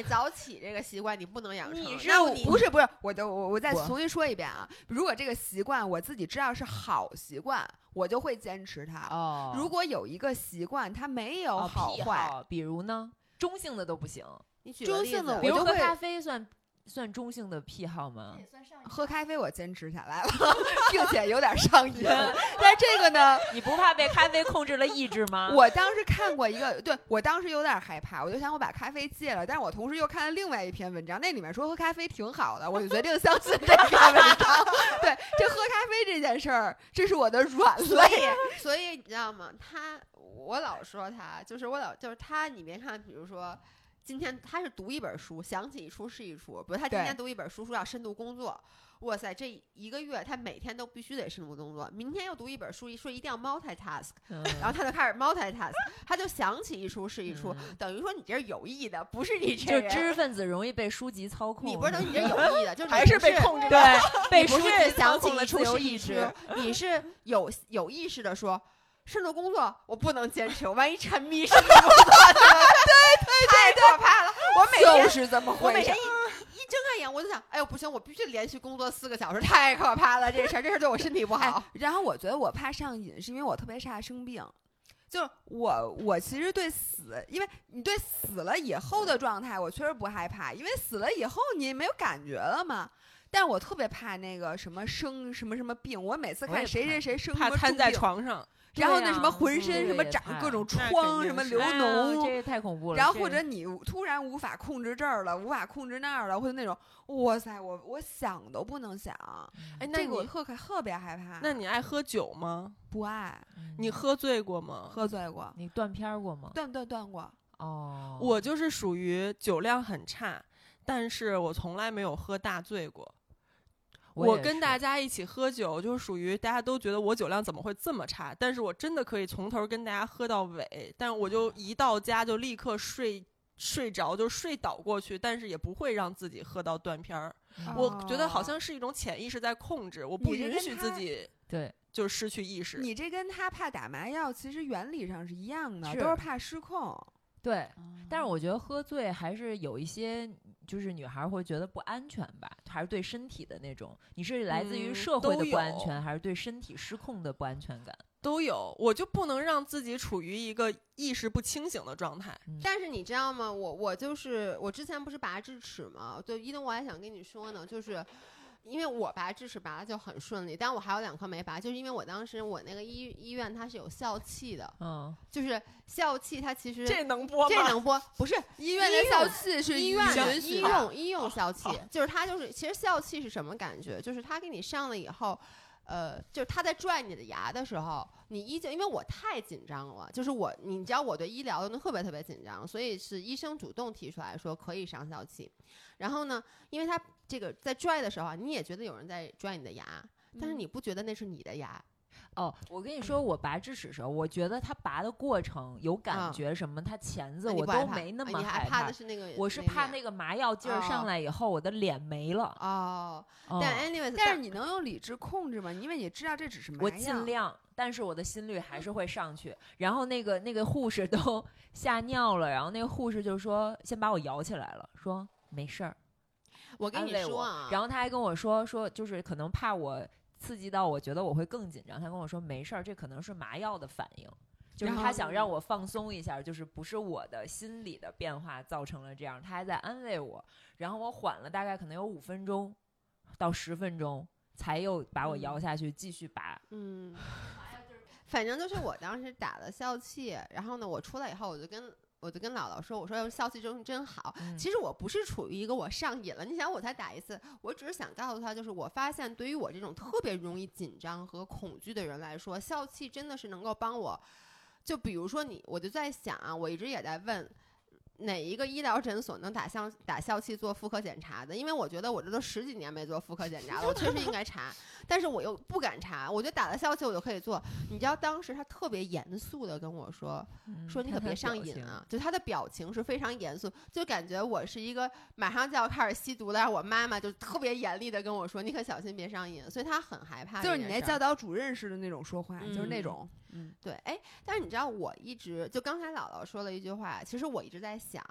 你早起这个习惯你不能养成。 你是那你不是不是，我的我我再我重新说一遍啊！如果这个习惯我自己知道是好习惯，我就会坚持它。 哦， 如果有一个习惯它没有哦癖好坏， 好比如呢，中性的都不行， 你举个例子中性的比如喝我就会咖啡算算中性的癖好吗？ 喝咖啡我坚持下来了，并且有点上瘾。但这个呢， 你不怕被咖啡控制了意志吗？ 我当时看过一个，对我当时有点害怕，我就想我把咖啡戒了，但是我同时又看了另外一篇文章，那里面说喝咖啡挺好的，我就决定相信这篇文章。对，这喝咖啡这件事儿，这是我的软所以肋。 所以你知道吗？他我老说他，就是我老就是他，你别看，比如说。今天他是读一本书，想起一出是一出。比如他今天读一本书，说要深度工作，哇塞，这一个月他每天都必须得深度工作。明天又读一本书，一说一定要 multitask，、嗯、然后他就开始 multitask， 他就想起一出是一出，嗯、等于说你这是有意的，不是你这人。 就知识分子容易被书籍操控。 你不是等你这有意的，就是还是被控制。 对，被书不是籍想起一操控了自由出是一意志。 你是有有意识的说。深度工作我不能坚持，我万一沉迷深度工作，对对，太可怕了！我每天就是这么回事。 我每天一一睁开眼，我就想，哎呦不行，我必须连续工作四个小时，太可怕了！这事儿，这事儿对我身体不好。 哎、然后我觉得我怕上瘾，是因为我特别怕生病。就是我，我其实对死，因为你对死了以后的状态，我确实不害怕，因为死了以后你没有感觉了嘛。但我特别怕那个什么生什么什么病，我每次看谁谁谁生什么怕瘫在床上。 然后那什么浑身什么嗯长各种疮，什么流脓， 这个太恐怖了。 然后或者你突然无法控制这儿了，无法控制那儿了，或者那种，哇塞，我我想都不能想。 哎，那这个我特特别害怕。 那你爱喝酒吗？ 不爱。 你喝醉过吗？ 喝醉过。 你断片过吗？ 断断断过。 哦， 我就是属于酒量很差，但是我从来没有喝大醉过。我跟大家一起喝酒，就是属于大家都觉得我酒量怎么会这么差，但是我真的可以从头跟大家喝到尾，但是我就一到家就立刻睡睡着，就睡倒过去，但是也不会让自己喝到断片儿。 哦、 我觉得好像是一种潜意识在控制，我不允许自己对就失去意识。 你这跟他怕打麻药其实原理上是一样的， 是都是怕失控。 对，但是我觉得喝醉还是有一些，就是女孩会觉得不安全吧，还是对身体的那种。你是来自于社会的不安全，嗯、还是对身体失控的不安全感？ 都有，我就不能让自己处于一个意识不清醒的状态。 嗯、但是你知道吗？我我就是我之前不是拔智齿吗？就一东我还想跟你说呢，就是。因为我拔智齿拔的就很顺利，但我还有两颗没拔，就是因为我当时我那个医医院它是有笑气的， 嗯， 就是笑气它其实这能播吗？ 这能播？不是医院的笑气是医院的医用医用笑气，就是它就是其实笑气是什么感觉？就是它给你上了以后。呃，就是他在拽你的牙的时候，你依旧因为我太紧张了，就是我，你知道我对医疗的特别特别紧张，所以是医生主动提出来说可以上笑气。然后呢，因为他这个在拽的时候，你也觉得有人在拽你的牙，但是你不觉得那是你的牙。 哦，我跟你说，我拔智齿的时候，我觉得他拔的过程有感觉什么，他钳子我都没那么害怕。 你还怕的是那个？ 我是怕那个麻药劲儿上来以后，我的脸没了。 哦，但 anyway， 但是你能用理智控制吗？因为你知道这只是麻药。 我尽量，但是我的心率还是会上去。然后那个那个护士都吓尿了，然后那个护士就说先把我摇起来了，说没事儿。 我跟你说啊， 然后他还跟我说说，就是可能怕我。刺激到我觉得我会更紧张，他跟我说没事儿，这可能是麻药的反应，就是他想让我放松一下，就是不是我的心理的变化造成了这样，他还在安慰我，然后我缓了大概可能有五分钟到十分钟，才又把我摇下去、嗯、继续拔。 嗯，反正就是我当时打了笑气，然后呢，我出来以后我就跟。我就跟姥姥说，我说笑气真真好、嗯。其实我不是处于一个我上瘾了，你想我才打一次，我只是想告诉他，就是我发现对于我这种特别容易紧张和恐惧的人来说，笑气真的是能够帮我。就比如说你，我就在想啊，我一直也在问。哪一个医疗诊所能打笑打笑气做妇科检查的？因为我觉得我这都十几年没做妇科检查了，我确实应该查，但是我又不敢查。我觉得打了笑气我就可以做。你知道当时他特别严肃的跟我说，嗯、说你可别上瘾啊！就他的表情是非常严肃，就感觉我是一个马上就要开始吸毒的。我妈妈就特别严厉的跟我说，你可小心别上瘾。所以他很害怕。 就是你那教导主任式的那种说话， 嗯、 就是那种。 嗯，对，哎，但是你知道，我一直就刚才姥姥说了一句话，其实我一直在想。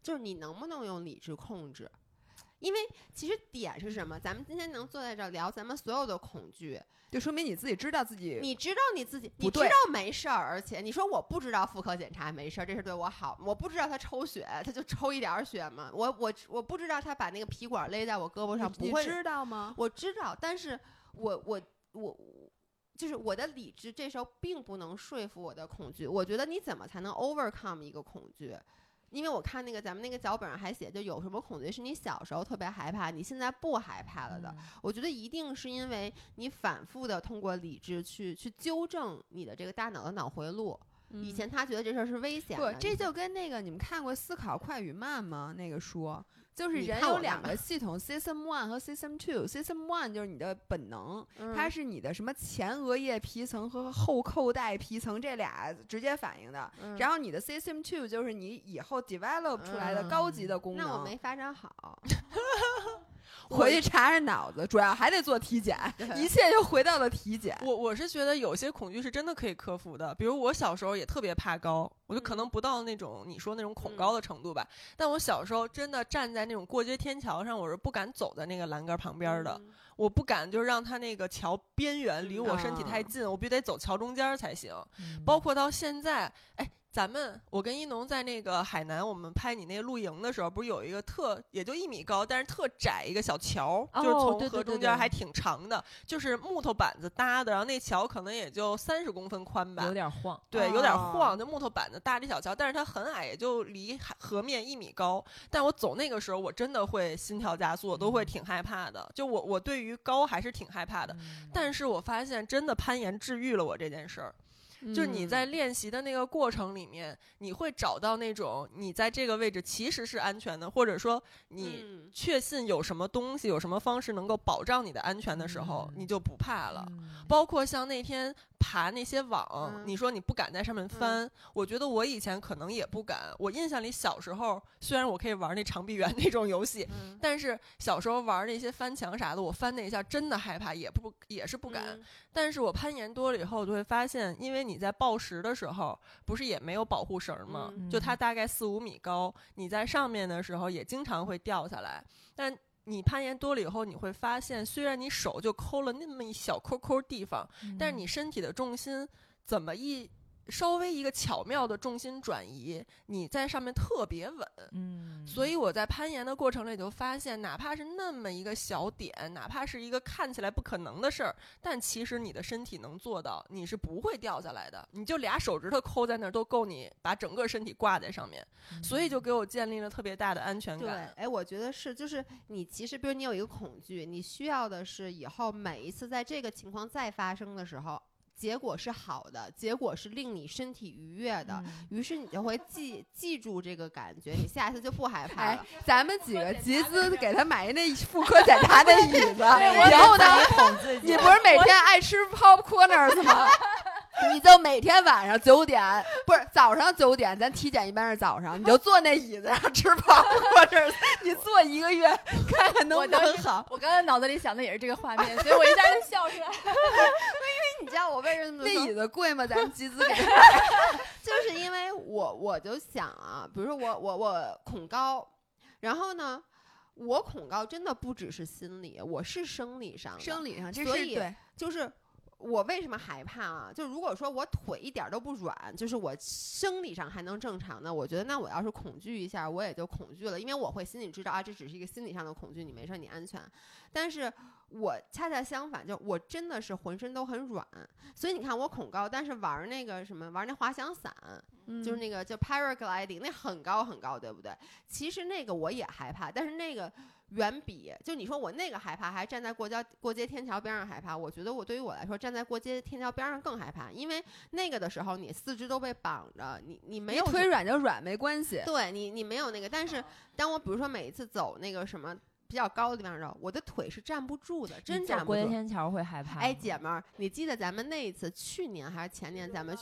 就是你能不能用理智控制。因为其实点是什么？咱们今天能坐在这儿聊咱们所有的恐惧， 就说明你自己知道自己， 你知道你自己，你知道没事儿，而且你说我不知道妇科检查没事儿，这是对我好，我不知道他抽血，他就抽一点血嘛，我我我不知道他把那个皮管勒在我胳膊上，不会知道吗？ 我知道，但是我我我就是我的理智这时候并不能说服我的恐惧。我觉得你怎么才能 overcome 一个恐惧？因为我看那个咱们那个脚本上还写，就有什么恐惧是你小时候特别害怕，你现在不害怕了的。嗯、我觉得一定是因为你反复的通过理智去去纠正你的这个大脑的脑回路。嗯、以前他觉得这事儿是危险的， 不，这就跟那个你们看过《思考快与慢》吗？那个书。就是人有两个系统 ，System One 和 System Two。System One 就是你的本能，嗯、它是你的什么前额叶皮层和后扣带皮层这俩直接反应的。嗯、然后你的 System Two 就是你以后 develop 出来的高级的功能。 嗯、那我没发展好。 回去查查脑子，主要还得做体检，一切又回到了体检。 我我是觉得有些恐惧是真的可以克服的，比如我小时候也特别怕高，我就可能不到那种你说那种恐高的程度吧，嗯、但我小时候真的站在那种过街天桥上，我是不敢走在那个栏杆旁边的，嗯、我不敢就让他那个桥边缘离我身体太近，嗯、我必须得走桥中间才行。嗯、包括到现在，哎。咱们我跟一农在那个海南，我们拍你那个露营的时候，不是有一个特也就一米高，但是特窄一个小桥，哦、就是从河中间还挺长的，对对对对，就是木头板子搭的，然后那桥可能也就三十公分宽吧， 有点晃， 对，有点晃，就木头板子搭的小桥，但是它很矮，也就离河面一米高。但我走那个时候，我真的会心跳加速，我都会挺害怕的。就我我对于高还是挺害怕的，嗯、但是我发现真的攀岩治愈了我这件事儿。就是你在练习的那个过程里面，你会找到那种你在这个位置其实是安全的，或者说你确信有什么东西有什么方式能够保障你的安全的时候，你就不怕了。包括像那天爬那些网，你说你不敢在上面翻，我觉得我以前可能也不敢。我印象里小时候虽然我可以玩那长臂猿那种游戏，但是小时候玩那些翻墙啥的，我翻那一下真的害怕，也不也是不敢。但是我攀岩多了以后，就会发现，因为你在抱石的时候，不是也没有保护绳吗？嗯、就它大概四五米高，你在上面的时候也经常会掉下来。但你攀岩多了以后，你会发现，虽然你手就抠了那么一小抠抠地方，嗯、但是你身体的重心怎么一稍微一个巧妙的重心转移，你在上面特别稳。嗯，所以我在攀岩的过程里就发现，哪怕是那么一个小点，哪怕是一个看起来不可能的事儿，但其实你的身体能做到，你是不会掉下来的。你就俩手指头抠在那儿都够你把整个身体挂在上面，嗯、所以就给我建立了特别大的安全感。 对，哎，我觉得是，就是你其实比如你有一个恐惧，你需要的是以后每一次在这个情况再发生的时候，结果是好的，结果是令你身体愉悦的，嗯、于是你就会记记住这个感觉，你下次就不害怕了。 哎、咱们几个集资给他买那妇科检查的椅子， 然后呢，你不是每天爱吃 popcorners 吗？你就每天晚上九点，不是早上九点，咱体检一般是早上，你就坐那椅子上吃 popcorners， 你坐一个月，看看能不能好。 我刚才脑子里想的也是这个画面，所以我一下就笑出来。因为你知道我为什么那椅子贵吗？咱们集资给他就是因为我我就想啊，比如说我我我恐高，然后呢，我恐高真的不只是心理，我是生理上的， 生理上，这是所以对， 就是。我为什么害怕啊？就如果说我腿一点都不软，就是我生理上还能正常的，我觉得那我要是恐惧一下，我也就恐惧了，因为我会心里知道啊，这只是一个心理上的恐惧，你没事，你安全。但是我恰恰相反，就我真的是浑身都很软，所以你看我恐高，但是玩那个什么，玩那滑翔伞，嗯、就是那个叫 paragliding， 那很高很高，对不对？其实那个我也害怕，但是那个。远比就你说我那个害怕，还站在过街过街天桥边上害怕，我觉得我对于我来说站在过街天桥边上更害怕，因为那个的时候你四肢都被绑着，你你没有腿软就软没关系， 对你你没有那个，但是当我比如说每一次走那个什么比较高的地方的时候，我的腿是站不住的，真站不住。 过街天桥会害怕。 哎，姐们儿，你记得咱们那一次去年还是前年咱们去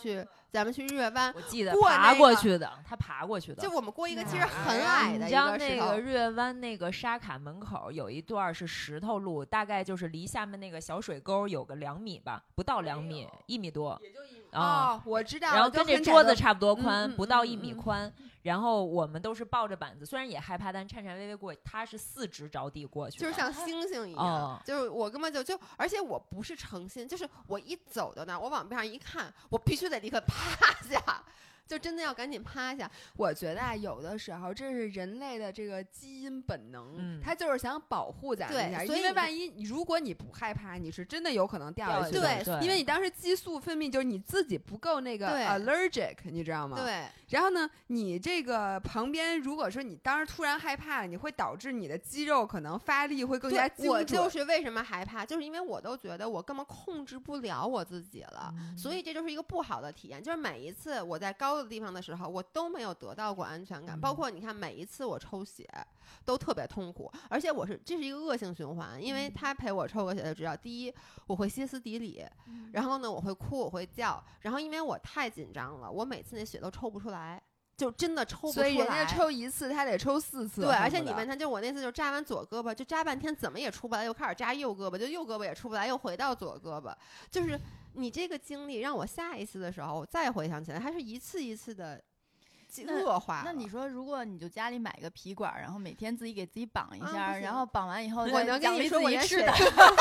咱们去日月湾， 我记得过爬那个过去的，他爬过去的。 就我们过一个其实哪很儿啊矮的一你知道个石头那个，日月湾那个沙卡门口有一段是石头路，大概就是离下面那个小水沟有个两米吧，不到两米，一米多。 也就一米啊、 哦，我知道了， 然后就跟这桌子很窄的差不多宽， 嗯嗯不到一嗯嗯米宽。然后我们都是抱着板子，虽然也害怕，但颤颤巍巍过。他是四肢着地过去的， 就是像星星一样， 哦就是我根本就就，而且我不是诚心，就是我一走到那儿，我往边上一看，我必须得立刻趴下，就真的要赶紧趴下。 我觉得啊，有的时候这是人类的这个基因本能， 嗯他就是想保护咱们一下， 对所以因为万一你如果你不害怕，你是真的有可能掉下去的。 对对， 因为你当时激素分泌就是你自己不够那个对 allergic，你知道吗？。 对， 然后呢，你这个旁边如果说你当时突然害怕了，你会导致你的肌肉可能发力会更加精对， 准。 我就是为什么害怕，就是因为我都觉得我根本控制不了我自己了， 嗯所以这就是一个不好的体验。就是每一次我在高的地方的时候，我都没有得到过安全感， 嗯包括你看每一次我抽血都特别痛苦，而且我是这是一个恶性循环，因为他陪我抽个血就知道，第一我会歇斯底里，然后呢我会哭我会叫，然后因为我太紧张了，我每次那血都抽不出来。就真的抽不出来， 所以人家抽一次，他得抽四次。 对，而且恨不得你问他，就我那次就扎完左胳膊，就扎半天怎么也出不来，又开始扎右胳膊，就右胳膊也出不来，又回到左胳膊。就是你这个经历让我下一次的时候，我再回想起来，它是一次一次的那恶化了。 那你说，如果你就家里买个皮管，然后每天自己给自己绑一啊下， 不行然后绑完以后我再能跟你说， 奖励自我连水己吃的。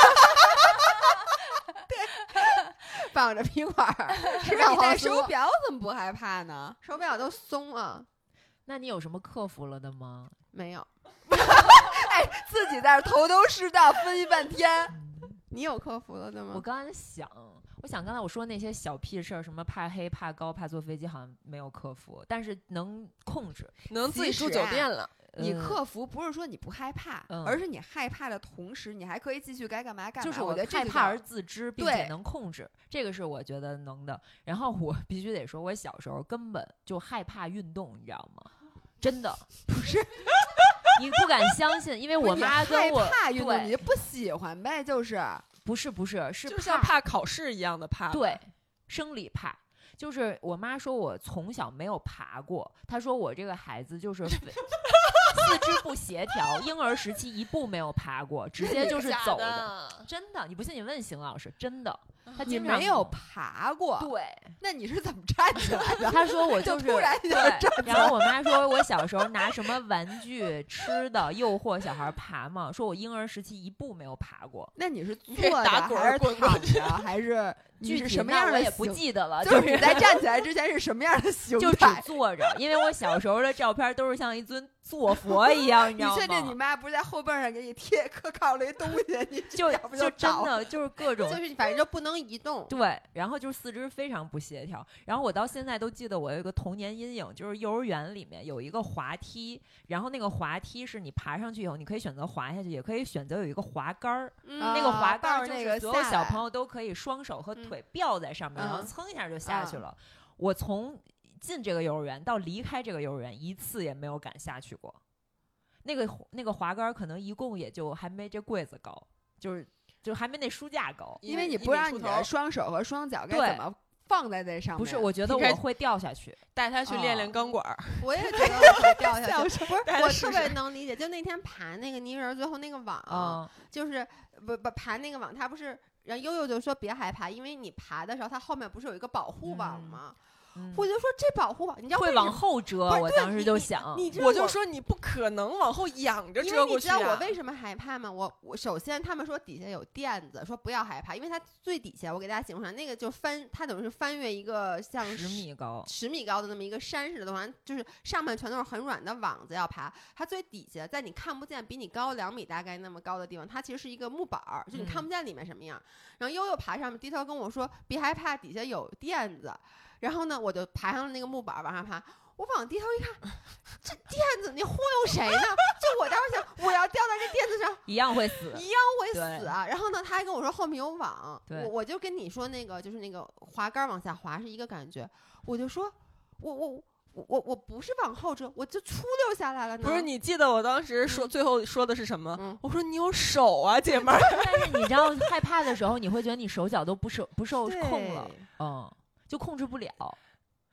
绑着皮管儿，吃你戴好手手表怎么不害怕呢？ 手表都松了， 那你有什么克服了的吗？ 没有？ 自己在这头头是道分析半天。 你有克服了的吗？ 我刚才想，我想刚才我说那些小屁事儿，什么怕黑、怕高、怕坐飞机，好像没有克服，但是能控制。 能自己住酒店了。 你嗯克服不是说你不害怕， 嗯而是你害怕的同时，你还可以继续该干嘛干嘛。 就是我觉得这害怕而就叫自知，并且对能控制，这个是我觉得能的。然后我必须得说，我小时候根本就害怕运动，你知道吗？真的不是，你不敢相信，因为我你妈跟我害怕运动， 对你就不喜欢呗，就是。 不是不是是就像怕考试一样的怕吧。 对，生理怕。就是我妈说我从小没有爬过，她说我这个孩子就是非四肢不协调，婴儿时期一步没有爬过，直接就是走的。 的。 真的，你不信你问邢老师，真的，他你经常没有爬过， 对。 那你是怎么站起来的？ 他说我就是突然就对站起来， 然后我妈说我小时候拿什么玩具吃的诱惑小孩爬嘛，说我婴儿时期一步没有爬过。 那你是坐可以着打滚儿还是滚过躺着，还是你具体是什么样的那我也不形记得了， 就是是你在站起来之前是什么样的形就只态？ 坐着，因为我小时候的照片都是像一尊坐佛一样，你知道吗？ 你确定你妈不是在后背上给你贴刻靠了一东西？你就要不就真找的就是各种就是反正就不能移动。 对，然后就是四肢非常不协调，然后我到现在都记得我有一个童年阴影，就是幼儿园里面有一个滑梯，然后那个滑梯是你爬上去以后，你可以选择滑下去，也可以选择有一个滑杆儿， 嗯那个滑杆儿就抱着那个是所有下来小朋友都可以双手和嗯腿吊在上面，然后嗯蹭一下就下去嗯了。我从进这个幼儿园到离开这个幼儿园，一次也没有敢下去过。那个那个滑杆儿可能一共也就还没这柜子高，就是就还没那书架高。 因为你一不让你米出头的双手和双脚该对怎么放在这上面。 不是，我觉得应该我会掉下去。 带他去练练哦钢管儿。 我也觉得我会掉下去， 笑什不是大家试我特别试能理解。就那天爬那个泥人儿，最后那个网， 嗯， 就是不不爬那个网，它不是，然后悠悠就说别害怕，因为你爬的时候，它后面不是有一个保护网嗯吗？ 嗯我就说这保护网，你知道会往为什么？ 后折， 不是对我当时你你就想， 你知道我就说你不可能往后仰着因遮过去啊！ 为你知道我为什么害怕吗？我我首先他们说底下有垫子，说不要害怕，因为它最底下，我给大家形容一下，那个就翻，它等于是翻越一个像十米高， 十米高的那么一个山似的东西，就是上面全都是很软的网子要爬。它最底下，在你看不见比你高两米大概那么高的地方，它其实是一个木板儿，就你看不见里面什么样。然后悠悠爬上面，低头跟我说别害怕，底下有垫子。然后呢，我就爬上了那个木板儿往上爬。我往低头一看，这垫子你忽悠谁呢？就我当时想，我要掉在这垫子上， 一样会死。 一样会死啊！然后呢，他还跟我说后面有网， 对我我就跟你说那个就是那个滑杆往下滑是一个感觉，我就说我我我我我不是往后折，我就出溜下来了呢。 不是，你记得我当时说、 嗯最后说的是什么？ 嗯我说你有手啊，姐们儿。 但是你知道害怕的时候，你会觉得你手脚都不受不受对控了，嗯，就控制不了。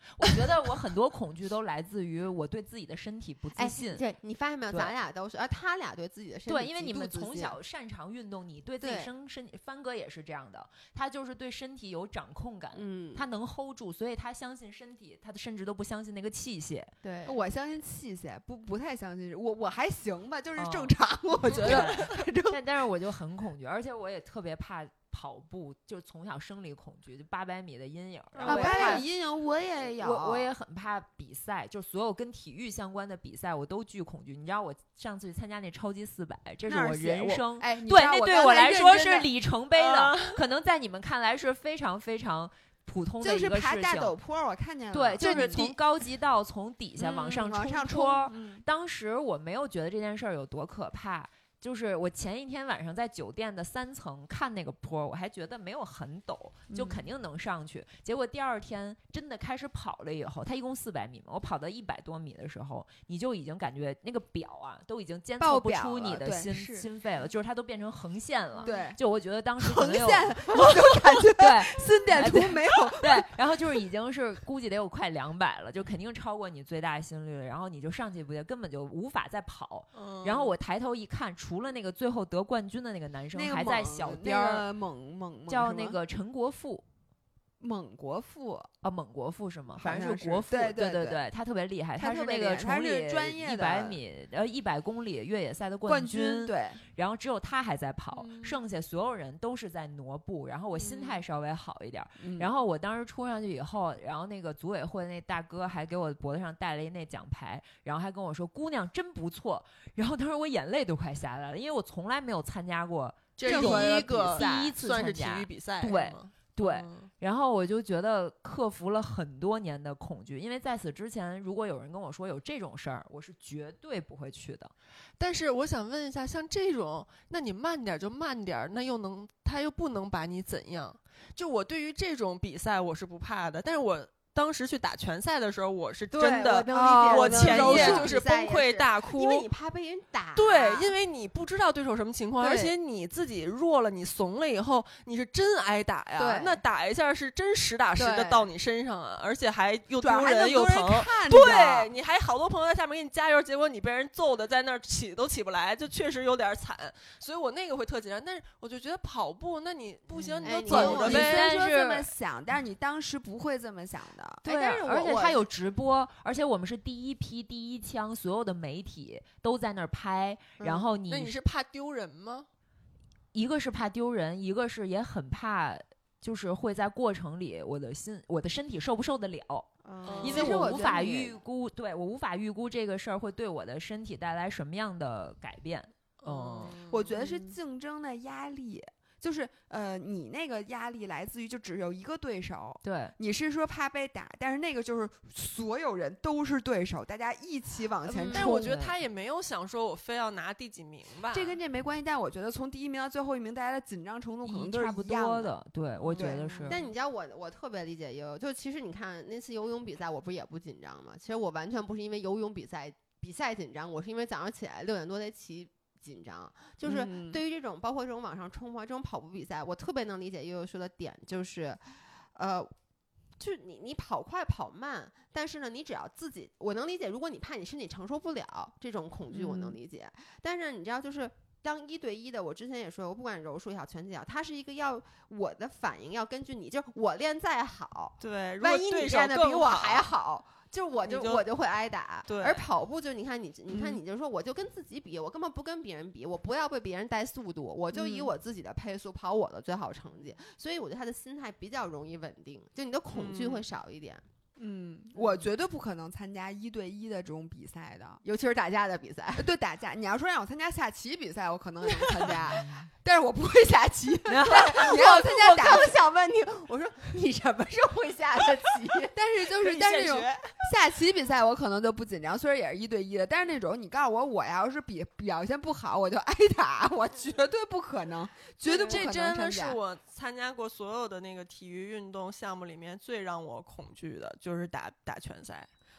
我觉得我很多恐惧都来自于我对自己的身体不自信。 哎、对，你发现没有？ 对咱俩都是，而他俩对自己的身体对，因为你极度自信们从小擅长运动，你对自己对身身体，帆哥也是这样的，他就是对身体有掌控感， 嗯， 他能 hold 住，所以他相信身体，他甚至都不相信那个器械。 对， 我相信器械，不不太相信我，我还行吧，就是哦正常，我觉得。 但但是我就很恐惧，而且我也特别怕跑步，就从小生理恐惧，就八百米的阴影。然后啊， 我也怕八百米阴影我也有， 我我也很怕比赛，就所有跟体育相关的比赛，我都巨恐惧。你知道我上次去参加那超级四百，这是我那儿写人生， 哎，你对， 知道那对我刚才我来说认真的是里程碑的， 啊可能在你们看来是非常非常普通的就一个是爬大事情。 陡坡，我看见了， 对， 就就是从你高级道从底下嗯往上往上冲坡。 嗯当时我没有觉得这件事儿有多可怕，就是我前一天晚上在酒店的三层看那个坡，我还觉得没有很陡，就嗯肯定能上去。结果第二天真的开始跑了以后，它一共四百米嘛，我跑到一百多米的时候，你就已经感觉那个表啊都已经监测爆表不出你了的心对是心肺了，就是它都变成横线了。 对就我觉得当时可横能有线，我就感觉对心电图没有。 对，然后就是已经是估计得有快两百了，就肯定超过你最大心率了。然后你就上气不接，根本就无法再跑。 嗯然后我抬头一看，除了那个最后得冠军的那个男生那个还在猛小边儿， 那个猛猛猛什么叫那个陈国富。 猛国富， 啊，猛国富是吗？ 好反正像是是国富， 对对对对他特别厉害， 他特是那个别厉害他崇礼是专业一百的米呃一百公里越野赛的冠军， 对， 然后只有他还在跑， 嗯剩下所有人都是在挪步，然后我心态稍微好一点儿， 嗯然后我当时冲上去以后，然后那个组委会那大哥还给我脖子上戴了一那奖牌，然后还跟我说姑娘真不错，然后当时我眼泪都快下来了，因为我从来没有参加过这是任何的第一个比赛第一次算是体参加育比赛， 对是吗对， 嗯然后我就觉得克服了很多年的恐惧，因为在此之前，如果有人跟我说有这种事儿，我是绝对不会去的。 但是我想问一下，像这种，那你慢点儿就慢点儿，那又能，他又不能把你怎样？就我对于这种比赛我是不怕的，但是我当时去打拳赛的时候，我是对真的我，能理哦解， 我能柔术前夜就是比赛崩溃也是大哭， 因为你怕被人打。 对，因为你不知道对手什么情况， 对而且你自己弱了，你怂了以后，你是真挨打呀。 对那打一下是真实打实的对到你身上啊，而且还又主要丢还那么多人人又疼。 看着对，你还好多朋友在下面给你加油，结果你被人揍的在那儿起都起不来，就确实有点惨。所以我那个会特紧张，但是我就觉得跑步，那你不行， 哎你就走着你虽呗。 但是然说这么想，但是你当时不会这么想的。 对， 哎但是我我而且他有直播，而且我们是第一批第一枪，所有的媒体都在那儿拍，然嗯后那你你是怕丢人吗？ 一个是怕丢人，一个是也很怕。就是会在过程里，我的心、我的身体受不受得了？ 嗯因为其实我无法觉得你预估，对我无法预估这个事儿会对我的身体带来什么样的改变。嗯， 我觉得是嗯竞争的压力，就是呃，你那个压力来自于就只有一个对手。 对， 你是说怕被打，但是那个就是所有人都是对手，大家一起往前冲。 但是我觉得他也没有想说我非要拿第几名吧。 这跟这没关系，但我觉得从第一名到最后一名，大家的紧张程度可能都是差不一样的。 多的。对，我觉对得是。 但你知道我，我特别理解游泳。就其实你看那次游泳比赛，我不是也不紧张吗？其实我完全不是因为游泳比赛比赛紧张，我是因为早上起来六点多得起紧张。就是嗯对于这种包括这种往上冲啊，这种跑步比赛，我特别能理解悠悠说的点，就是，呃。就是你，你跑快跑慢，但是呢，你只要自己，我能理解。如果你怕你身体承受不了这种恐惧，我能嗯理解。但是你知道，就是当一对一的，我之前也说过，不管柔术也好，拳击也好，它是一个要我的反应要根据你，就是我练再好， 对，如果万一对手你练的比更我还好， 好，就是我就你就我就会挨打。 对而跑步就你看你你看嗯你就说我就跟自己比，我根本不跟别人比，我不要被别人带速度，我就以嗯我自己的配速跑我的最好成绩。所以我觉得他的心态比较容易稳定，就你的恐惧嗯会少一点， 嗯，我绝对不可能参加一对一的这种比赛的。 尤其是打架的比赛。 对打架，你要说让我参加下棋比赛，我可能能参加，但是我不会下棋。你让我参加我打刚想问你，我说你什么时候会下的棋？ 但是就可是但是这种以现学下棋比赛我可能就不紧张，虽然也是一对一的，但是那种你告诉我我要是比表现不好我就挨打，我绝对不可能，绝对不可能这真的参加。 是我参加过所有的那个体育运动项目里面最让我恐惧的，就是打打拳赛。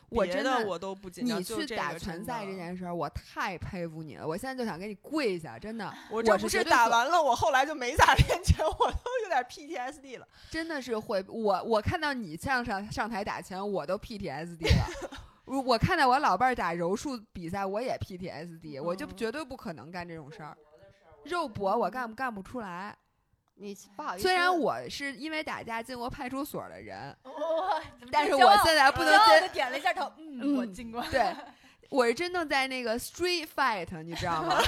我真的我都不紧张。 你去打拳赛这件事儿，我太佩服你了。我现在就想给你跪下，真的。 我这不是打完了，我后来就没咋练拳，我都有点 P T S D 了。 真的是会，我我看到你上上上台打拳，我都 P T S D 了。我看到我老伴儿打柔术比赛，我也 P T S D，、嗯、我就绝对不可能干这种事儿。肉搏我干不干不出来。 你不好意思， 虽然我是因为打架进过派出所的人， 哦、 但是我现在不能接。点了一下头，嗯，嗯我进过。 对，我是真的在那个 street fight， 你知道吗？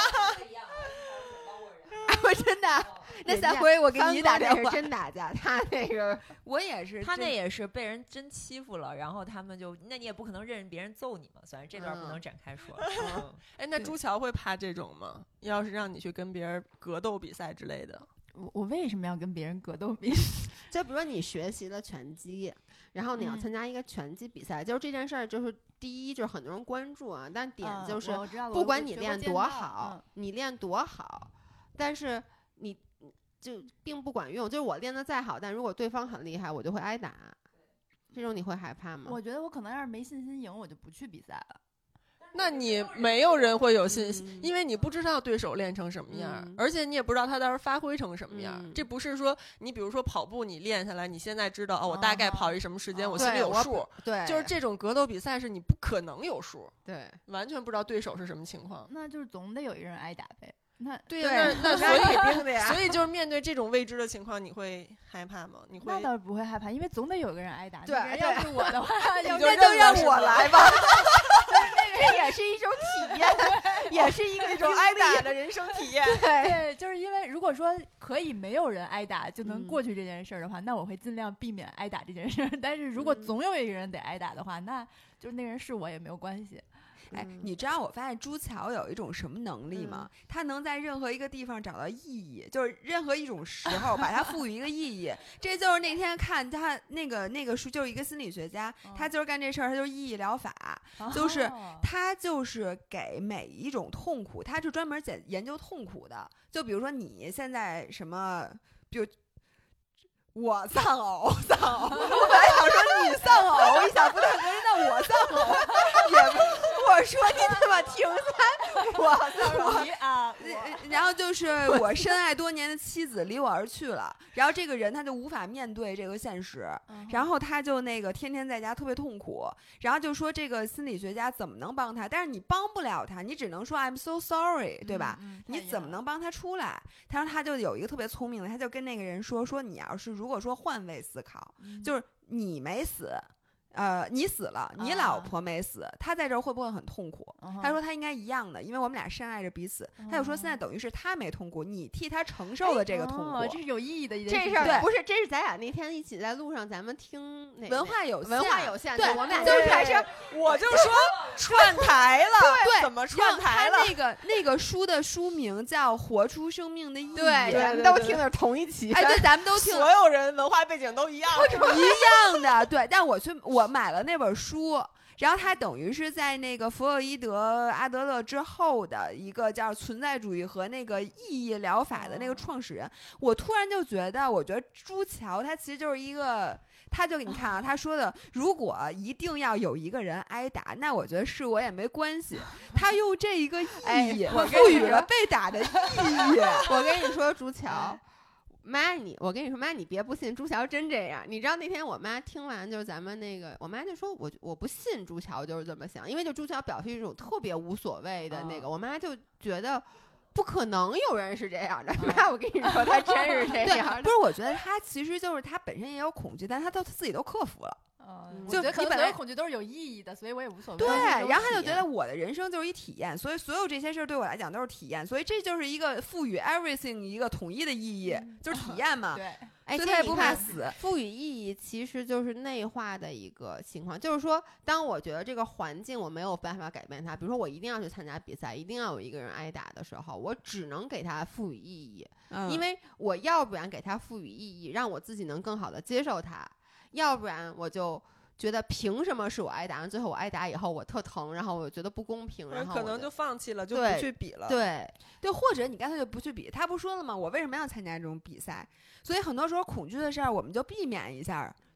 我真的，那下回我给你打电话。 真打架，他那个我也是， 他那也是被人真欺负了，然后他们就，那你也不可能任别人揍你嘛，虽然这段不能展开说。 嗯、哎，那朱乔会怕这种吗？要是让你去跟别人格斗比赛之类的。 我我为什么要跟别人格斗比？ 就比如说你学习了拳击，然后你要参加一个拳击比赛，嗯、就是这件事儿，就是第一就是很多人关注啊，但点就是不管你练多好， 嗯、 你练多好，但是你就并不管用。就是我练得再好，但如果对方很厉害，我就会挨打。这种你会害怕吗？ 我觉得我可能要是没信心赢，我就不去比赛了。 那你没有人会有信心、嗯，因为你不知道对手练成什么样、嗯，而且你也不知道他到时候发挥成什么样、嗯。这不是说你比如说跑步，你练下来，你现在知道哦，我大概跑一什么时间， 哦、 我心里有数。 对， 就是这种格斗比赛是你不可能有数， 对， 完全不知道对手是什么情况。 那就是总得有一个人挨打呗。那对呀，那那所以所以就是面对这种未知的情况，你会害怕吗？你会？ 那倒是不会害怕，因为总得有一个人挨打。 对， 那要是我的话， 那就让我来吧。 那个也是一种体验，也是一个那种挨打的人生体验。 对，对，就是因为如果说可以没有人挨打就能过去这件事儿的话、嗯，那我会尽量避免挨打这件事儿。但是如果总有一个人得挨打的话，那就是那人是我也没有关系。 哎，你知道我发现朱乔有一种什么能力吗？嗯、他能在任何一个地方找到意义，就是任何一种时候把它赋予一个意义。这就是那天看他那个那个书，就是一个心理学家，哦、他就是干这事儿，他就是意义疗法，哦、就是他就是给每一种痛苦，他是专门研研究痛苦的。就比如说你现在什么，比如。我丧偶，丧偶，我本来想说你丧偶，一想不对，那我丧偶，也我说你怎么停在我丧偶啊？然后就是我深爱多年的妻子离我而去了，然后这个人他就无法面对这个现实，然后他就那个天天在家特别痛苦，然后就说这个心理学家怎么能帮他？但是你帮不了他，你只能说 I'm so sorry， 对吧？ 嗯嗯、 你怎么能帮他出来？他说他就有一个特别聪明的，他就跟那个人说说你要是。如果说换位思考，嗯、就是你没死，呃，你死了，你老婆没死，啊、他在这儿会不会很痛苦？Uh-huh. 他说他应该一样的，因为我们俩深爱着彼此。Uh-huh. 他就说现在等于是他没痛苦，你替他承受了这个痛苦， 哎哦、这是有意义的一件事。这事不是，这是咱俩那天一起在路上，咱们听那文化有限， 文化有限， 对， 我们俩就是还是， 我就说串台了， 对， 怎么串台了？ 他那个那个书的书名叫《活出生命的意义》， 对，咱们都听的同一期， 哎，对，咱们都听， 所有人文化背景都一样， 一样的，对。但我去，我买了那本书。书，然后他等于是在那个弗洛伊德、阿德勒之后的一个叫存在主义和那个意义疗法的那个创始人。我突然就觉得，我觉得朱乔他其实就是一个，他就你看啊，他说的，如果一定要有一个人挨打，那我觉得是我也没关系。他用这一个意义， 哎、 赋予了被打的意义。 我跟你说，朱乔。妈，你我跟你说，妈，你别不信朱乔真这样。你知道那天我妈听完就是咱们那个，我妈就说我我不信朱乔就是这么想，因为就朱乔表现一种特别无所谓的那个，我妈就觉得不可能有人是这样的。妈，我跟你说，他真是这样的。 不是，我觉得他其实就是他本身也有恐惧，但他都自己都克服了。 嗯， 就你本来恐惧都是有意义的，所以我也无所谓。 对，然后他就觉得我的人生就是一体验，所以所有这些事儿对我来讲都是体验，所以这就是一个赋予 everything 一个统一的意义，嗯、就是体验嘛。 对， 哎， 所以他也不怕死。 赋予意义其实就是内化的一个情况，就是说，当我觉得这个环境我没有办法改变它，比如说我一定要去参加比赛，一定要有一个人挨打的时候，我只能给他赋予意义， 嗯、 因为我要不然给他赋予意义，让我自己能更好的接受它，要不然我就。觉得凭什么是我挨打？最后我挨打以后我特疼，然后我觉得不公平，然后可能就放弃了，就不去比了。 对对，或者你干脆就不去比。他不说了吗？我为什么要参加这种比赛？所以很多时候恐惧的事儿，我们就避免一下。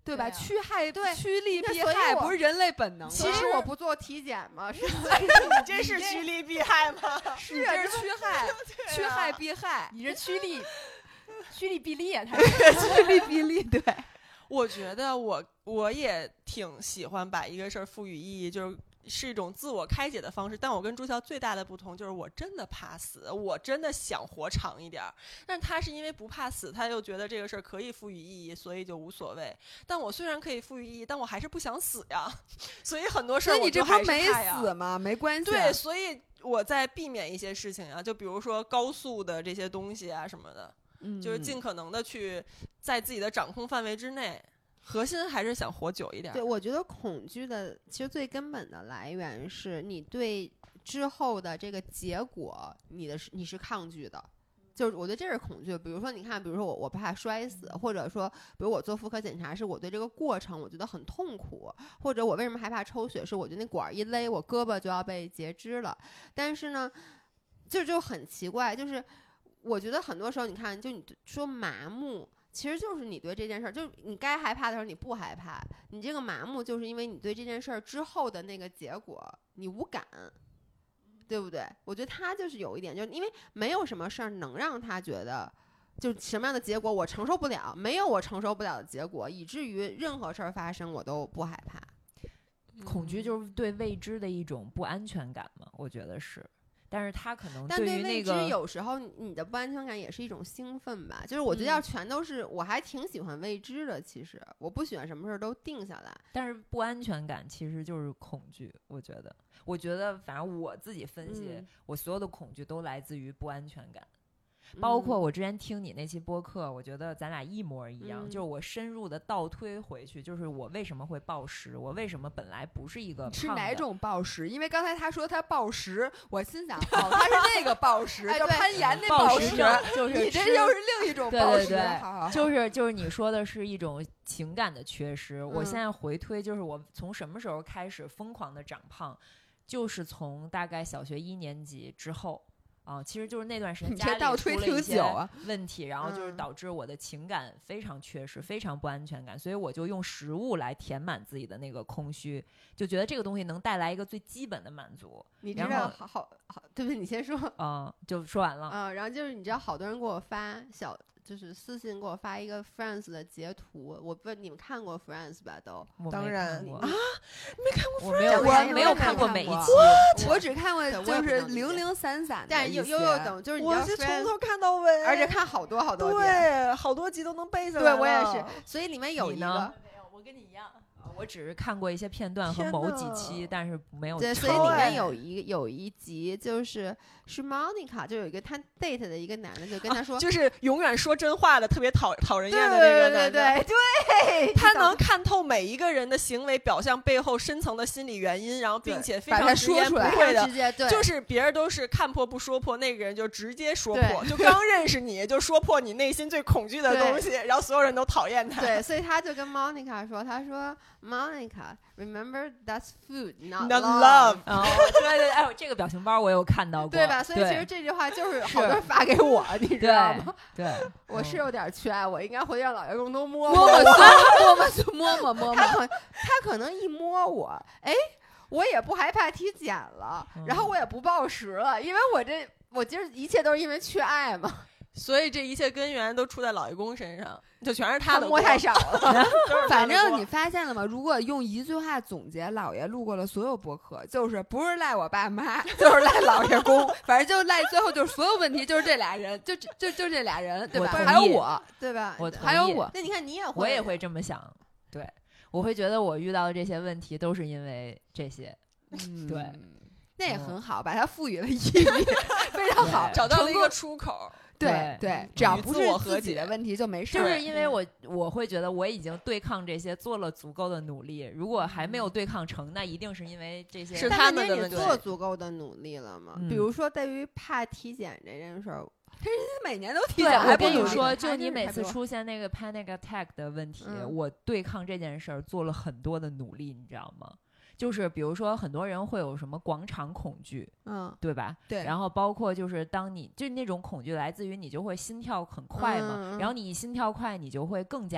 对吧？ 对啊趋害对趋利避那所以害， 我不是人类本能吗？ 其实我不做体检吗？是你这是趋利避害吗？ 是这是趋害，趋啊害避害， 你这趋利趋利避利啊，他趋利避利，对。 我觉得我我也挺喜欢把一个事儿赋予意义，就是是一种自我开解的方式。但我跟朱乔最大的不同就是，我真的怕死，我真的想活长一点儿。但他是因为不怕死，他又觉得这个事儿可以赋予意义，所以就无所谓。但我虽然可以赋予意义，但我还是不想死呀。所以很多事儿所以你我就还是这不是没怕呀死吗？没关系。 对，所以我在避免一些事情啊，就比如说高速的这些东西啊什么的。 嗯， 就是尽可能的去在自己的掌控范围之内，核心还是想活久一点。 对，我觉得恐惧的其实最根本的来源是你对之后的这个结果，你的你是抗拒的。就是我觉得这是恐惧。比如说，你看，比如说我我怕摔死，或者说，比如我做妇科检查，是我对这个过程我觉得很痛苦，或者我为什么害怕抽血，是我觉得那管一勒，我胳膊就要被截肢了。但是呢，就就很奇怪，就是。我觉得很多时候，你看，就你说麻木，其实就是你对这件事儿，就是你该害怕的时候你不害怕，你这个麻木就是因为你对这件事儿之后的那个结果你无感，对不对？我觉得他就是有一点，就是因为没有什么事儿能让他觉得，就什么样的结果我承受不了，没有我承受不了的结果，以至于任何事儿发生我都不害怕。 恐惧就是对未知的一种不安全感嘛，我觉得是。但是他可能但对于那个， 未知有时候你的不安全感也是一种兴奋吧。就是我觉得要全都是，嗯、我还挺喜欢未知的。其实我不喜欢什么事儿都定下来。 但是不安全感其实就是恐惧。我觉得，我觉得反正我自己分析，嗯、我所有的恐惧都来自于不安全感。包括我之前听你那期播客，我觉得咱俩一模一样，嗯、就是我深入的倒推回去，就是我为什么会暴食，我为什么本来不是一个胖的。 是哪种暴食？因为刚才他说他暴食，我心想，哦，他是那个暴食， 哎、 叫攀岩那暴食， 就是你这又是另一种暴食。 对对对， 好好好就是就是你说的是一种情感的缺失。 嗯、 我现在回推，就是我从什么时候开始疯狂的长胖，就是从大概小学一年级之后。啊，其实就是那段时间家里出了一些问题，然后就是导致我的情感非常缺失，非常不安全感，所以我就用食物来填满自己的那个空虚，就觉得这个东西能带来一个最基本的满足。 你知道，好好好，对不起，你先说。 嗯，就说完了。 嗯，然后就是你知道，好多人给我发小。就是私信给我发一个 Friends 的截图，我问你们看过 Friends 吧？都当然啊， 没看过 Friends， 我没有我没有看过每一期， 我只看过就是零零散散， 但悠悠悠等就是你我是从头看到尾， 而且看好多好多遍， 对，好多集都能背下来。 对我也是，所以里面有一个， 没有，我跟你一样。 我只是看过一些片段和某几期，但是没有。 对，所以里面有一有一集就是是 Monica， 就有一个他 date 的一个男的，就跟他说， 啊、就是永远说真话的，特别讨讨人厌的那个男的。 对对对对， 他能看透每一个人的行为表象背后深层的心理原因，然后并且非常直言不讳的， 直接对， 就是别人都是看破不说破，那个人就直接说破，就刚认识你就说破你内心最恐惧的东西，然后所有人都讨厌他。 对，所以他就跟 Monica 说，他说 Monica。Remember that's food, not, not love. love. 哦，对对，哎，这个表情包我有看到过， 对吧？所以其实这句话就是好多人发给我，你知道吗？ 对， 我是有点缺爱，我应该回去让老员工都摸摸摸摸摸摸摸摸摸。 他可他可能一摸我，哎，我也不害怕体检了，然后我也不暴食了，因为我这我其实一切都是因为缺爱嘛。 所以这一切根源都出在老爷公身上，就全是他的摸太少了。 反正你发现了吗？如果用一句话总结老爷录过的所有播客，就是不是赖我爸妈，就是赖老爷公，反正就赖最后就是所有问题就是这俩人，就就就这俩人，对吧？还有我， 对吧？ 我还有我。 那你看你也会， 我也会这么想，对，我会觉得我遇到的这些问题都是因为这些， 嗯、 对， 那也很好，把它赋予了意义，非常好， 找到了一个出口。 对对，只要不是自己的问题就没事。 就是因为我我会觉得我已经对抗这些做了足够的努力，如果还没有对抗成，那一定是因为这些是他们的问题。 你做足够的努力了吗？ 嗯、 比如说对于怕体检这件事儿， 他每年都体检， 还不努说，就你每次出现那个 panic attack 的问题， 嗯、 我对抗这件事儿做了很多的努力，你知道吗？就是比如说很多人会有什么广场恐惧， 嗯， 对吧？ 对。 然后包括就是当你就是那种恐惧来自于你就会心跳很快嘛， 嗯、 然后你心跳快，你就会更加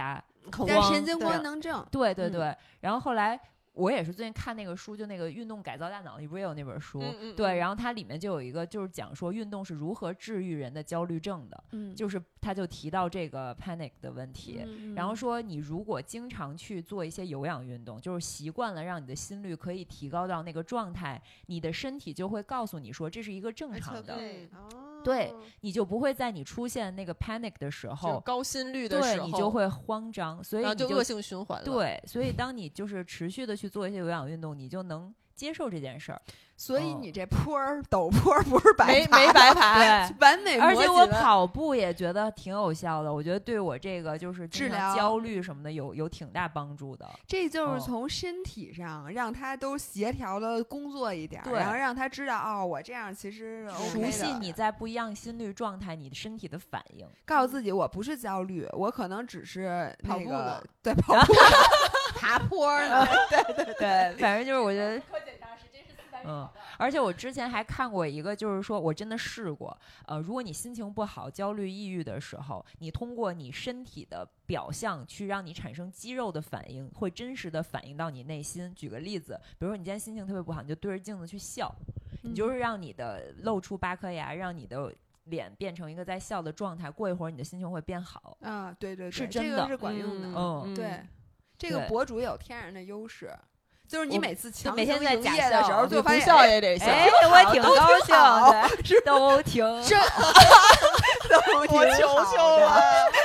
但恐慌神经对官能症， 对对嗯对，然后后来。我也是最近看那个书，就那个《运动改造大脑》里不是也有那本书？ 嗯嗯对， 嗯然后它里面就有一个就是讲说运动是如何治愈人的焦虑症的， 嗯， 就是他就提到这个 panic 的问题， 嗯然后说你如果经常去做一些有氧运动，就是习惯了让你的心率可以提高到那个状态，你的身体就会告诉你说这是一个正常的， 对对，你就不会在你出现那个 panic 的时就候， 高心率的时候， 对你就会慌张，所以你就然后就恶性循环了。 对，所以当你就是持续的去做一些有氧运动，你就能接受这件事儿。 所以哦你这坡儿陡坡儿不是白没爬没白爬， 对， 完美而且我磨叽了跑步也觉得挺有效的，我觉得对我这个就是经治疗常焦虑什么的有有挺大帮助的。 这就是哦从身体上让他都协调的工作一点儿， 对然后让他知道哦，我这样其实是 OK 的熟悉你在不一样心率状态，你的身体的反应。 告诉自己我不是焦虑，我可能只是那跑步个呢对跑步爬坡儿呢， 对，反正就是我觉得。嗯，而且我之前还看过一个，就是说我真的试过，呃，如果你心情不好、焦虑、抑郁的时候，你通过你身体的表象去让你产生肌肉的反应，会真实的反映到你内心。举个例子，比如说你今天心情特别不好，你就对着镜子去笑，你就是让你的露出八颗牙，让你的脸变成一个在笑的状态，过一会儿你的心情会变好。 啊，对对对， 是真的这个是管用的， 嗯对，这个对博主有天然的优势。就是你我每次强每天行营在假业的时候， 笑就发现不笑也得笑。 哎，我挺都高兴挺好的，都挺真我求求了。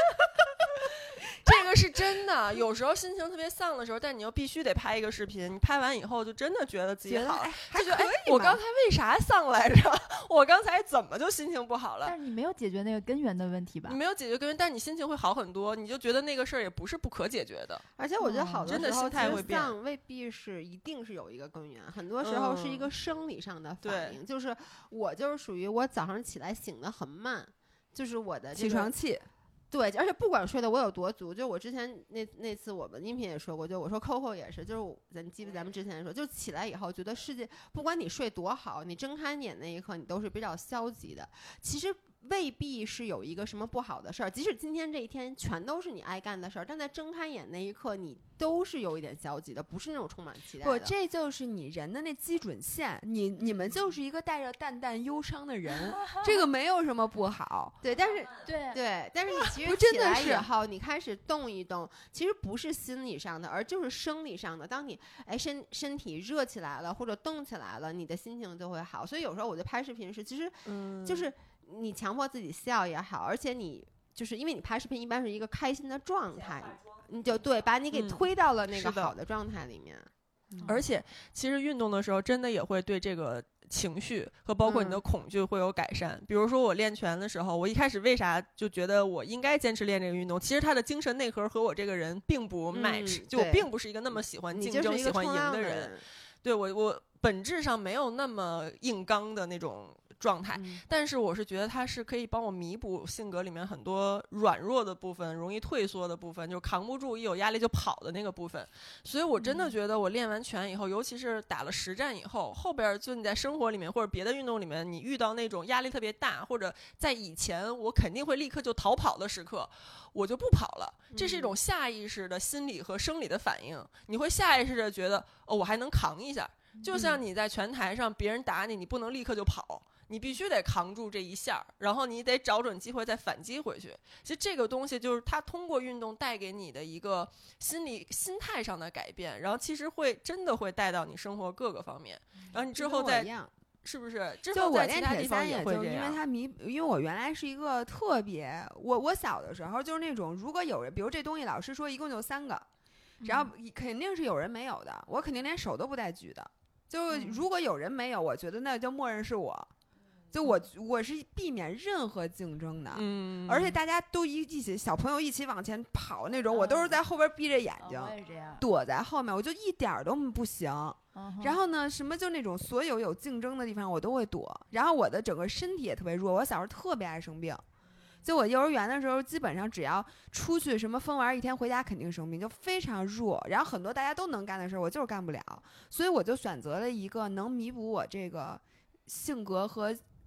这个是真的，有时候心情特别丧的时候，但你又必须得拍一个视频。你拍完以后，就真的觉得自己好了， 还就觉得哎， 可以嘛我刚才为啥丧来着？我刚才怎么就心情不好了？ 但是你没有解决那个根源的问题吧你？没有解决根源，但是你心情会好很多，你就觉得那个事儿也不是不可解决的。 而且我觉得好多真的时候其实心态会变丧未必是一定是有一个根源，很多时候是一个生理上的反对应。就是我就是属于我早上起来醒得很慢，就是我的这起个床气， 对，而且不管睡得我有多足，就我之前那那次我们音频也说过，就我说 Coco 也是，就是我咱记得咱们之前说，就起来以后觉得世界不管你睡多好，你睁开眼那一刻你都是比较消极的。其实未必是有一个什么不好的事儿，即使今天这一天全都是你爱干的事儿，但在睁开眼那一刻你都是有一点消极的，不是那种充满期待不， 的。 这就是你人的那基准线。你你们就是一个带着淡淡忧伤的人，这个没有什么不好。 对，但是对对，但是你其不实起来以真的是后，你开始动一动，其实不是心理上的，而就是生理上的。当你哎身身体热起来了，或者动起来了，你的心情就会好。所以有时候我觉得拍视频是，其实嗯就是你强迫自己笑也好，而且你就是因为你拍视频一般是一个开心的状态，你就对把你给嗯推到了那是的个好的状态里面。 而且其实运动的时候，真的也会对这个情绪和包括你的嗯恐惧会有改善。比如说我练拳的时候，我一开始为啥就觉得我应该坚持练这个运动？其实它的精神内核和我这个人并不 match，、 嗯就我对并不是一个那么喜欢你竞争、 就是一个喜欢赢冲浪的的人。对我，我本质上没有那么硬刚的那种状态。 嗯但是我是觉得它是可以帮我弥补性格里面很多软弱的部分，容易退缩的部分，就是扛不住一有压力就跑的那个部分。所以我真的觉得我练完拳以后，尤其是打了实战以后，后边就你在生活里面或者别的运动里面，你遇到那种压力特别大，或者在以前我肯定会立刻就逃跑的时刻，我就不跑了。这是一种下意识的心理和生理的反应，你会下意识的觉得哦，我还能扛一下。就像你在拳台上，别人打你，你不能立刻就跑，你必须得扛住这一下，然后你得找准机会再反击回去。其实这个东西就是它通过运动带给你的一个心理心态上的改变，然后其实会真的会带到你生活各个方面，然后你之后再一样。 是不是？之就我后在其练铁他地方三，也就是因为会这样。 它弥，因为我原来是一个特别，我我小的时候就是那种，如果有人，比如这东西老师说一共就三个，然后肯定是有人没有的，我肯定连手都不带举的。就如果有人没有，我觉得那就默认是我。就我我是避免任何竞争的， 嗯， 而且大家都一一起小朋友一起往前跑那种，我都是在后边闭着眼睛， 哦我也是这样。 躲在后面，我就一点儿都不行。 嗯哼然后呢，什么就那种所有有竞争的地方我都会躲，然后我的整个身体也特别弱，我小时候特别爱生病。就我幼儿园的时候，基本上只要出去什么疯玩一天，回家肯定生病，就非常弱。然后很多大家都能干的事儿，我就是干不了，所以我就选择了一个能弥补我这个性格和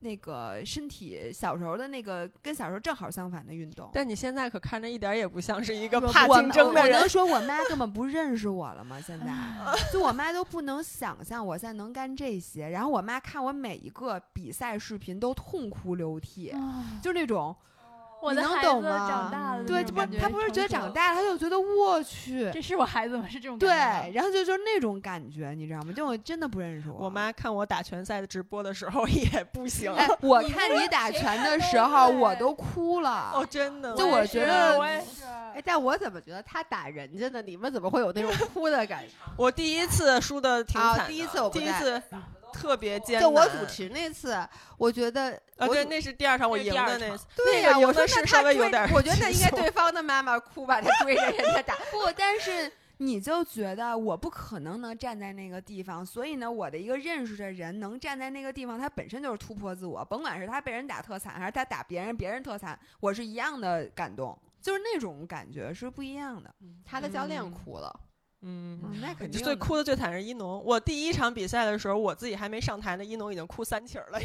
那个身体小时候的那个跟小时候正好相反的运动。 但你现在可看着一点也不像是一个我怕竞争的人。 我能说我妈根本不认识我了吗？现在就我妈都不能想象我现在能干这些。然后我妈看我每一个比赛视频都痛哭流涕，就那种。 我的孩子长大了， 对，不是他不是觉得长大了，他就觉得我去， 这是我孩子吗？是这种感觉。对，然后就就是那种感觉，你知道吗？就我真的不认识我。 我妈看我打拳赛的直播的时候也不行。 哎，我看你打拳的时候，我都哭了。 哦，真的。 就我觉得， 我也是。 哎，但我怎么觉得他打人家呢？你们怎么会有那种哭的感觉？ 我第一次输的挺惨的、 啊，第一次我不第一次。特别艰难， 就我主持那次，我觉得啊，对，那是第二场我赢的那次， 对呀、啊， 我说是稍微有点， 我觉得那应该对方的妈妈哭吧，他追着人家打。 不，但是你就觉得我不可能能站在那个地方，所以呢，我的一个认识的人能站在那个地方，他本身就是突破自我，甭管是他被人打特惨，还是他打别人，别人特惨，我是一样的感动，就是那种感觉是不一样的。 嗯、他的教练哭了。 嗯， 嗯那肯定。 最哭的最惨是一农。我第一场比赛的时候，我自己还没上台呢，一农已经哭三起儿了。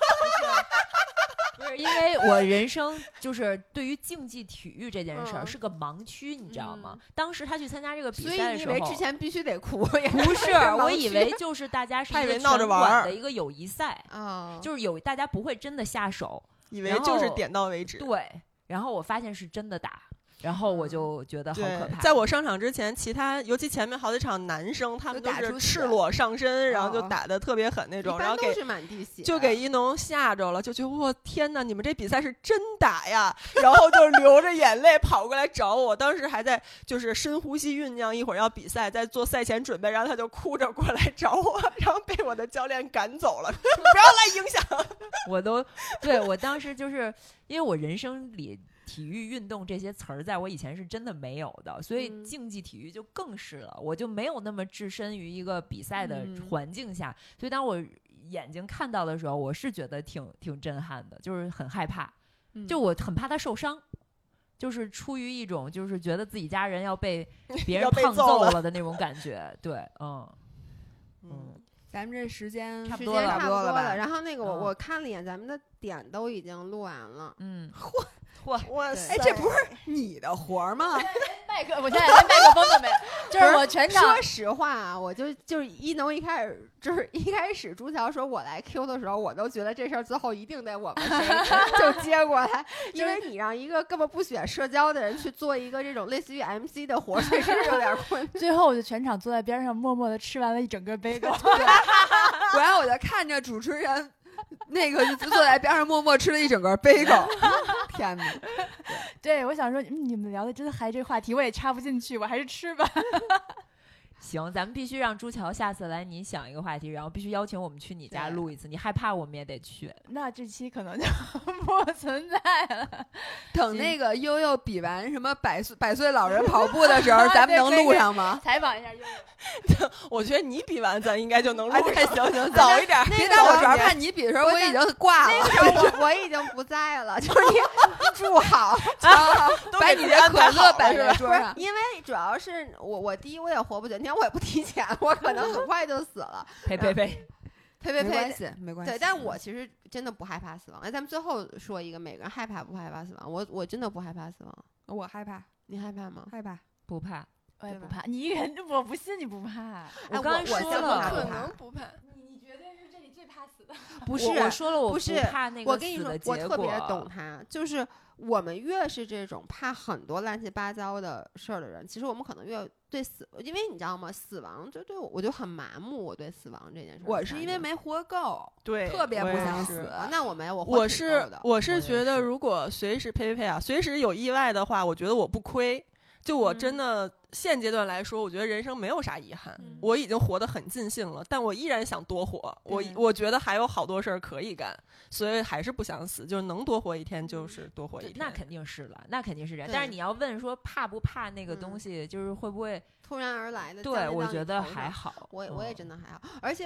不是因为我人生就是对于竞技体育这件事儿、 嗯、 是个盲区，你知道吗？嗯、当时他去参加这个比赛的时候， 所以你以为之前必须得哭？ 不是，我以为就是大家是一个闹着玩的一个友谊赛啊， 就是有大家不会真的下手， 以为就是点到为止。 对，然后我发现是真的打。然后我就觉得好可怕。 在我上场之前，其他尤其前面好几场男生，他们都是赤裸上身，然后就打得特别狠那种，然后给就给一农吓着了，就觉得我天哪，你们这比赛是真打呀！然后就流着眼泪跑过来找我，当时还在就是深呼吸酝酿，一会儿要比赛，在做赛前准备，然后他就哭着过来找我，然后被我的教练赶走了，不要来影响。 我都对我当时就是因为我人生里。体育运动这些词儿在我以前是真的没有的，所以竞技体育就更是了、嗯、我就没有那么置身于一个比赛的环境下、嗯、所以当我眼睛看到的时候，我是觉得挺挺震撼的，就是很害怕、嗯、就我很怕他受伤，就是出于一种就是觉得自己家人要被别人胖揍了的那种感觉对嗯嗯，咱们这时间差不多了，差不多了吧？ 然后那个我、嗯、我看了一眼，咱们的点都已经录完了。 嗯， 嚯嚯， 哇哎，这不是你的活儿吗？ 麦克，我现在连麦克风都没有。就是我全场。 说实话啊，我就就是一农一开始就是一开始朱乔说我来 Q 的时候，我都觉得这事儿最后一定得我们谁就接过来，因为你让一个根本不喜欢社交的人去做一个这种类似于 M C 的活，确实有点困。 最后我就全场坐在边上，默默的吃完了一整个杯狗。 然后我就看着主持人。那个就坐在边上默默吃了一整个贝狗，天哪！ 对，我想说，嗯，你们聊的真嗨，这话题我也插不进去，我还是吃吧。 行，咱们必须让朱乔下次来，你想一个话题，然后必须邀请我们去你家录一次。你害怕我们也得去， 那这期可能就不存在了。 等那个悠悠比完什么百岁百岁老人跑步的时候，咱们能录上吗？ 采访一下悠悠。我觉得你比完，咱应该就能录上。 哎、行行， 早一点。 别到我主要看你比的时候，我已经挂了。 那时候我我已经不在了，就是你住好， 啊、把你的可乐摆在桌上。 因为主要是我我第一我也活不久，你看我也不提前，我可能很快就死了。 呸呸呸！ 呸呸呸！ 没关系，没关系。 对，但我其实真的不害怕死亡。哎，咱们最后说一个，每个人害怕不害怕死亡？我我真的不害怕死亡。 我害怕， 你害怕吗？ 害怕， 不怕， 我也不怕。你一个人，我不信你不怕。 我刚才说了， 可能不怕。 你你绝对是这里最怕死的。 不是， 我说了，我不是怕那个我跟你说，我特别懂他，就是我们越是这种怕很多乱七八糟的事儿的人，其实我们可能越对死，因为你知道吗？死亡就对我，我就很麻木。我对死亡这件事， 我是因为没活够， 对， 特别不想死。 那我没有，我我是我是觉得， 我如果随时呸呸呸啊，随时有意外的话，我觉得我不亏。就我真的现阶段来说，我觉得人生没有啥遗憾， 嗯、 我已经活得很尽兴了，但我依然想多活。我我觉得还有好多事儿可以干，所以还是不想死，就是能多活一天就是多活一天。 那肯定是了，那肯定是这样。但是你要问说怕不怕那个东西，嗯、就是会不会突然而来的？ 对，我觉得还好。 我我也真的还好，而且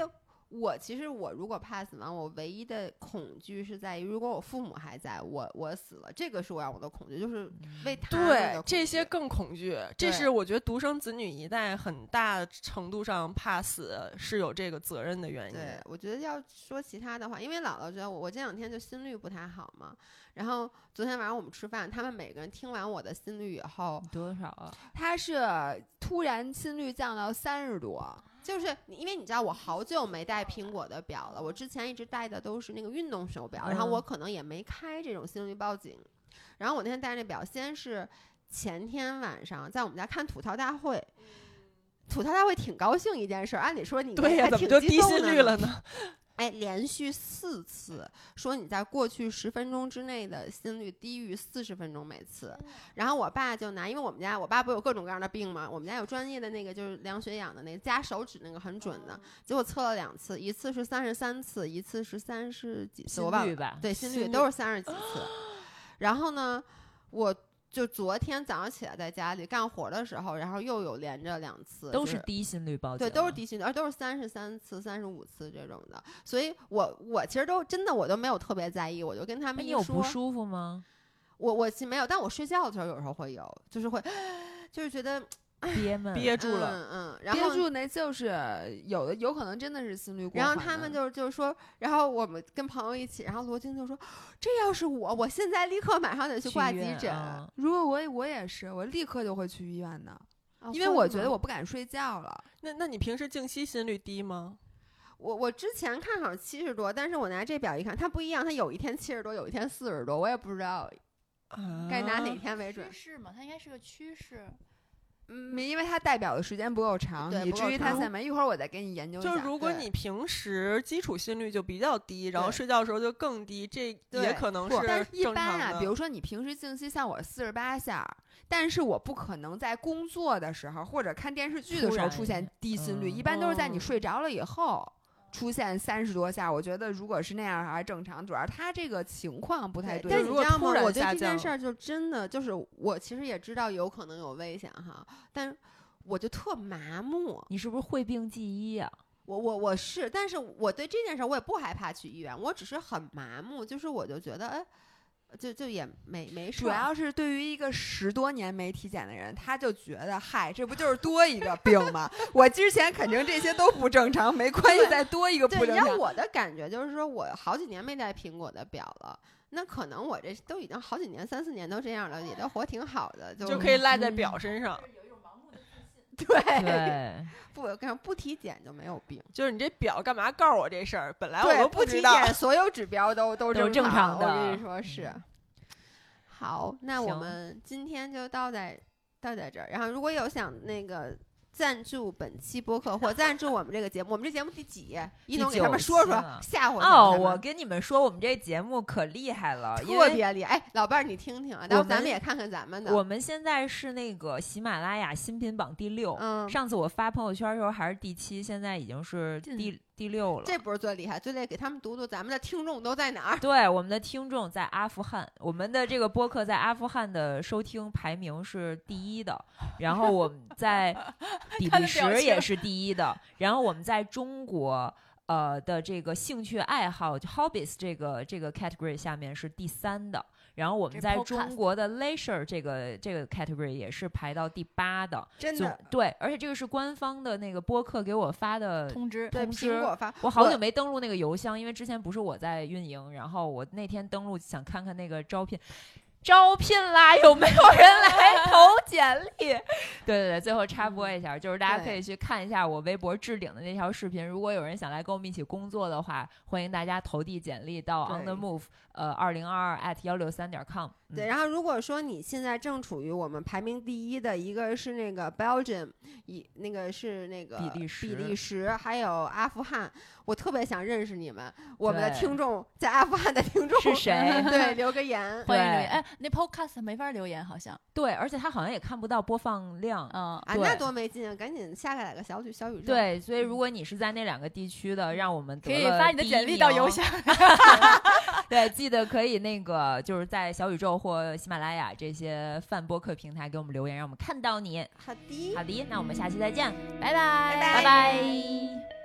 我其实我如果怕死亡，我唯一的恐惧是在于，如果我父母还在，我我死了，这个是我让我的恐惧，就是为他们的对恐惧这些更恐惧。这是我觉得独生子女一代很大程度上怕死是有这个责任的原因。 对，我觉得要说其他的话，因为姥姥觉得我我这两天就心率不太好嘛，然后昨天晚上我们吃饭，他们每个人听完我的心率以后， 多少啊？ 他是突然心率降到三十多。 就是因为你知道我好久没戴苹果的表了，我之前一直戴的都是那个运动手表， 嗯、 然后我可能也没开这种心率报警。然后我那天戴那表，先是前天晚上在我们家看吐槽大会，吐槽大会挺高兴一件事，按理说你对呀，怎么就低心率了呢？ 哎，连续四次说你在过去十分钟之内的心率低于四十分钟每次，然后我爸就拿，因为我们家我爸不有各种各样的病嘛，我们家有专业的那个就是量血氧的那个加手指那个很准的，结果测了两次，一次是三十三次，一次是三十几次，我忘了，对，心率都是三十几次。然后呢，我就昨天早上起来在家里干活的时候，然后又有连着两次， 都是低心率报警， 对，都是低心率，而都是三十三次、三十五次这种的。所以我我其实都真的我都没有特别在意，我就跟他们一说。 你有不舒服吗？ 我我其实没有，但我睡觉的时候有时候会有，就是会，就是觉得憋闷憋住了， 嗯嗯，然后憋住那就是有的有可能真的是心率过然后他们就是就是说，然后我们跟朋友一起，然后罗京就说，这要是我，我现在立刻马上得去挂急诊。 啊、 如果我我也是，我立刻就会去医院的， 哦、 因为我觉得我不敢睡觉了。 那那你平时静息心率低吗？ 我我之前看好像七十多，但是我拿这表一看，它不一样，它有一天七十多，有一天四十多，我也不知道该拿哪天为准。 趋势嘛，它应该是个趋势。 嗯，因为它代表的时间不够长，以至于它现在一会儿我再给你研究一下。 就如果你平时基础心率就比较低，然后睡觉的时候就更低，这也可能是但是一般啊， 比如说你平时静息，像我四十八下，但是我不可能在工作的时候或者看电视剧的时候出现低心率， 嗯、 一般都是在你睡着了以后。出现三十多下，我觉得如果是那样还正常，主要他这个情况不太对。 但你知道吗？我对这件事儿就真的就是，我其实也知道有可能有危险哈，但我就特麻木。 你是不是讳病忌医呀、啊？ 我我我是，但是我对这件事我也不害怕去医院，我只是很麻木，就是我就觉得哎。就就也没没事， 主要是对于一个十多年没体检的人，他就觉得嗨，这不就是多一个病吗？我之前肯定这些都不正常，没关系，再多一个不正常。 对，让我的感觉就是说，我好几年没戴苹果的表了，那可能我这都已经好几年、三四年都这样了，也都活挺好的，就就可以赖在表身上。 有一种盲目的自信。 对对， 不干不体检就没有病。 就是你这表干嘛告诉我这事儿？本来我都不知道。 不体检，所有指标都都正正常的。 我跟你说是。 嗯、 好，那我们今天就到在到在这儿。然后如果有想那个赞助本期播客或赞助我们这个节目，我们这节目第几？一农给他们说说，吓唬他们。 哦，我跟你们说，我们这节目可厉害了， 特别厉害。哎，老伴儿你听听啊，然后咱们也看看咱们的。 我们现在是那个喜马拉雅新品榜第六， 嗯， 上次我发朋友圈的时候还是第七，现在已经是第第六了。 这不是最厉害，最厉害给他们读读咱们的听众都在哪儿。 对，我们的听众在阿富汗，我们的这个播客在阿富汗的收听排名是第一的，然后我们在比利时也是第一的，然后我们在中国呃的这个兴趣爱好 hobbies 这个这个 category 下面是第三的，然后我们在中国的 leisure 这个这个 category 也是排到第八的， 真的对，而且这个是官方的那个播客给我发的通知， 对，苹果发。 我好久没登录那个邮箱，因为之前不是我在运营，然后我那天登录想看看那个招聘。招聘啦，有没有人来投简历？对对对，最后插播一下，就是大家可以去看一下我微博置顶的那条视频。如果有人想来跟我们一起工作的话，欢迎大家投递简历到 on the move 呃二零二二 at 幺六三点 com。 对，然后如果说你现在正处于我们排名第一的一个是那个 Belgium， 一那个是那个比利时， 比利时还有阿富汗，我特别想认识你们，我们的听众在阿富汗的听众是谁？ 对，留个言， 欢迎留言。哎，那 Podcast 没法留言，好像对，而且他好像也看不到播放量， 嗯啊，那多没劲啊！赶紧下载个小宇小宇宙。 对，所以如果你是在那两个地区的，让我们可以发你的简历到邮箱。 对，记得可以那个就是在小宇宙或喜马拉雅这些泛播客平台给我们留言，让我们看到你。 好的， 好的，那我们下期再见，拜拜， 拜拜。 拜拜。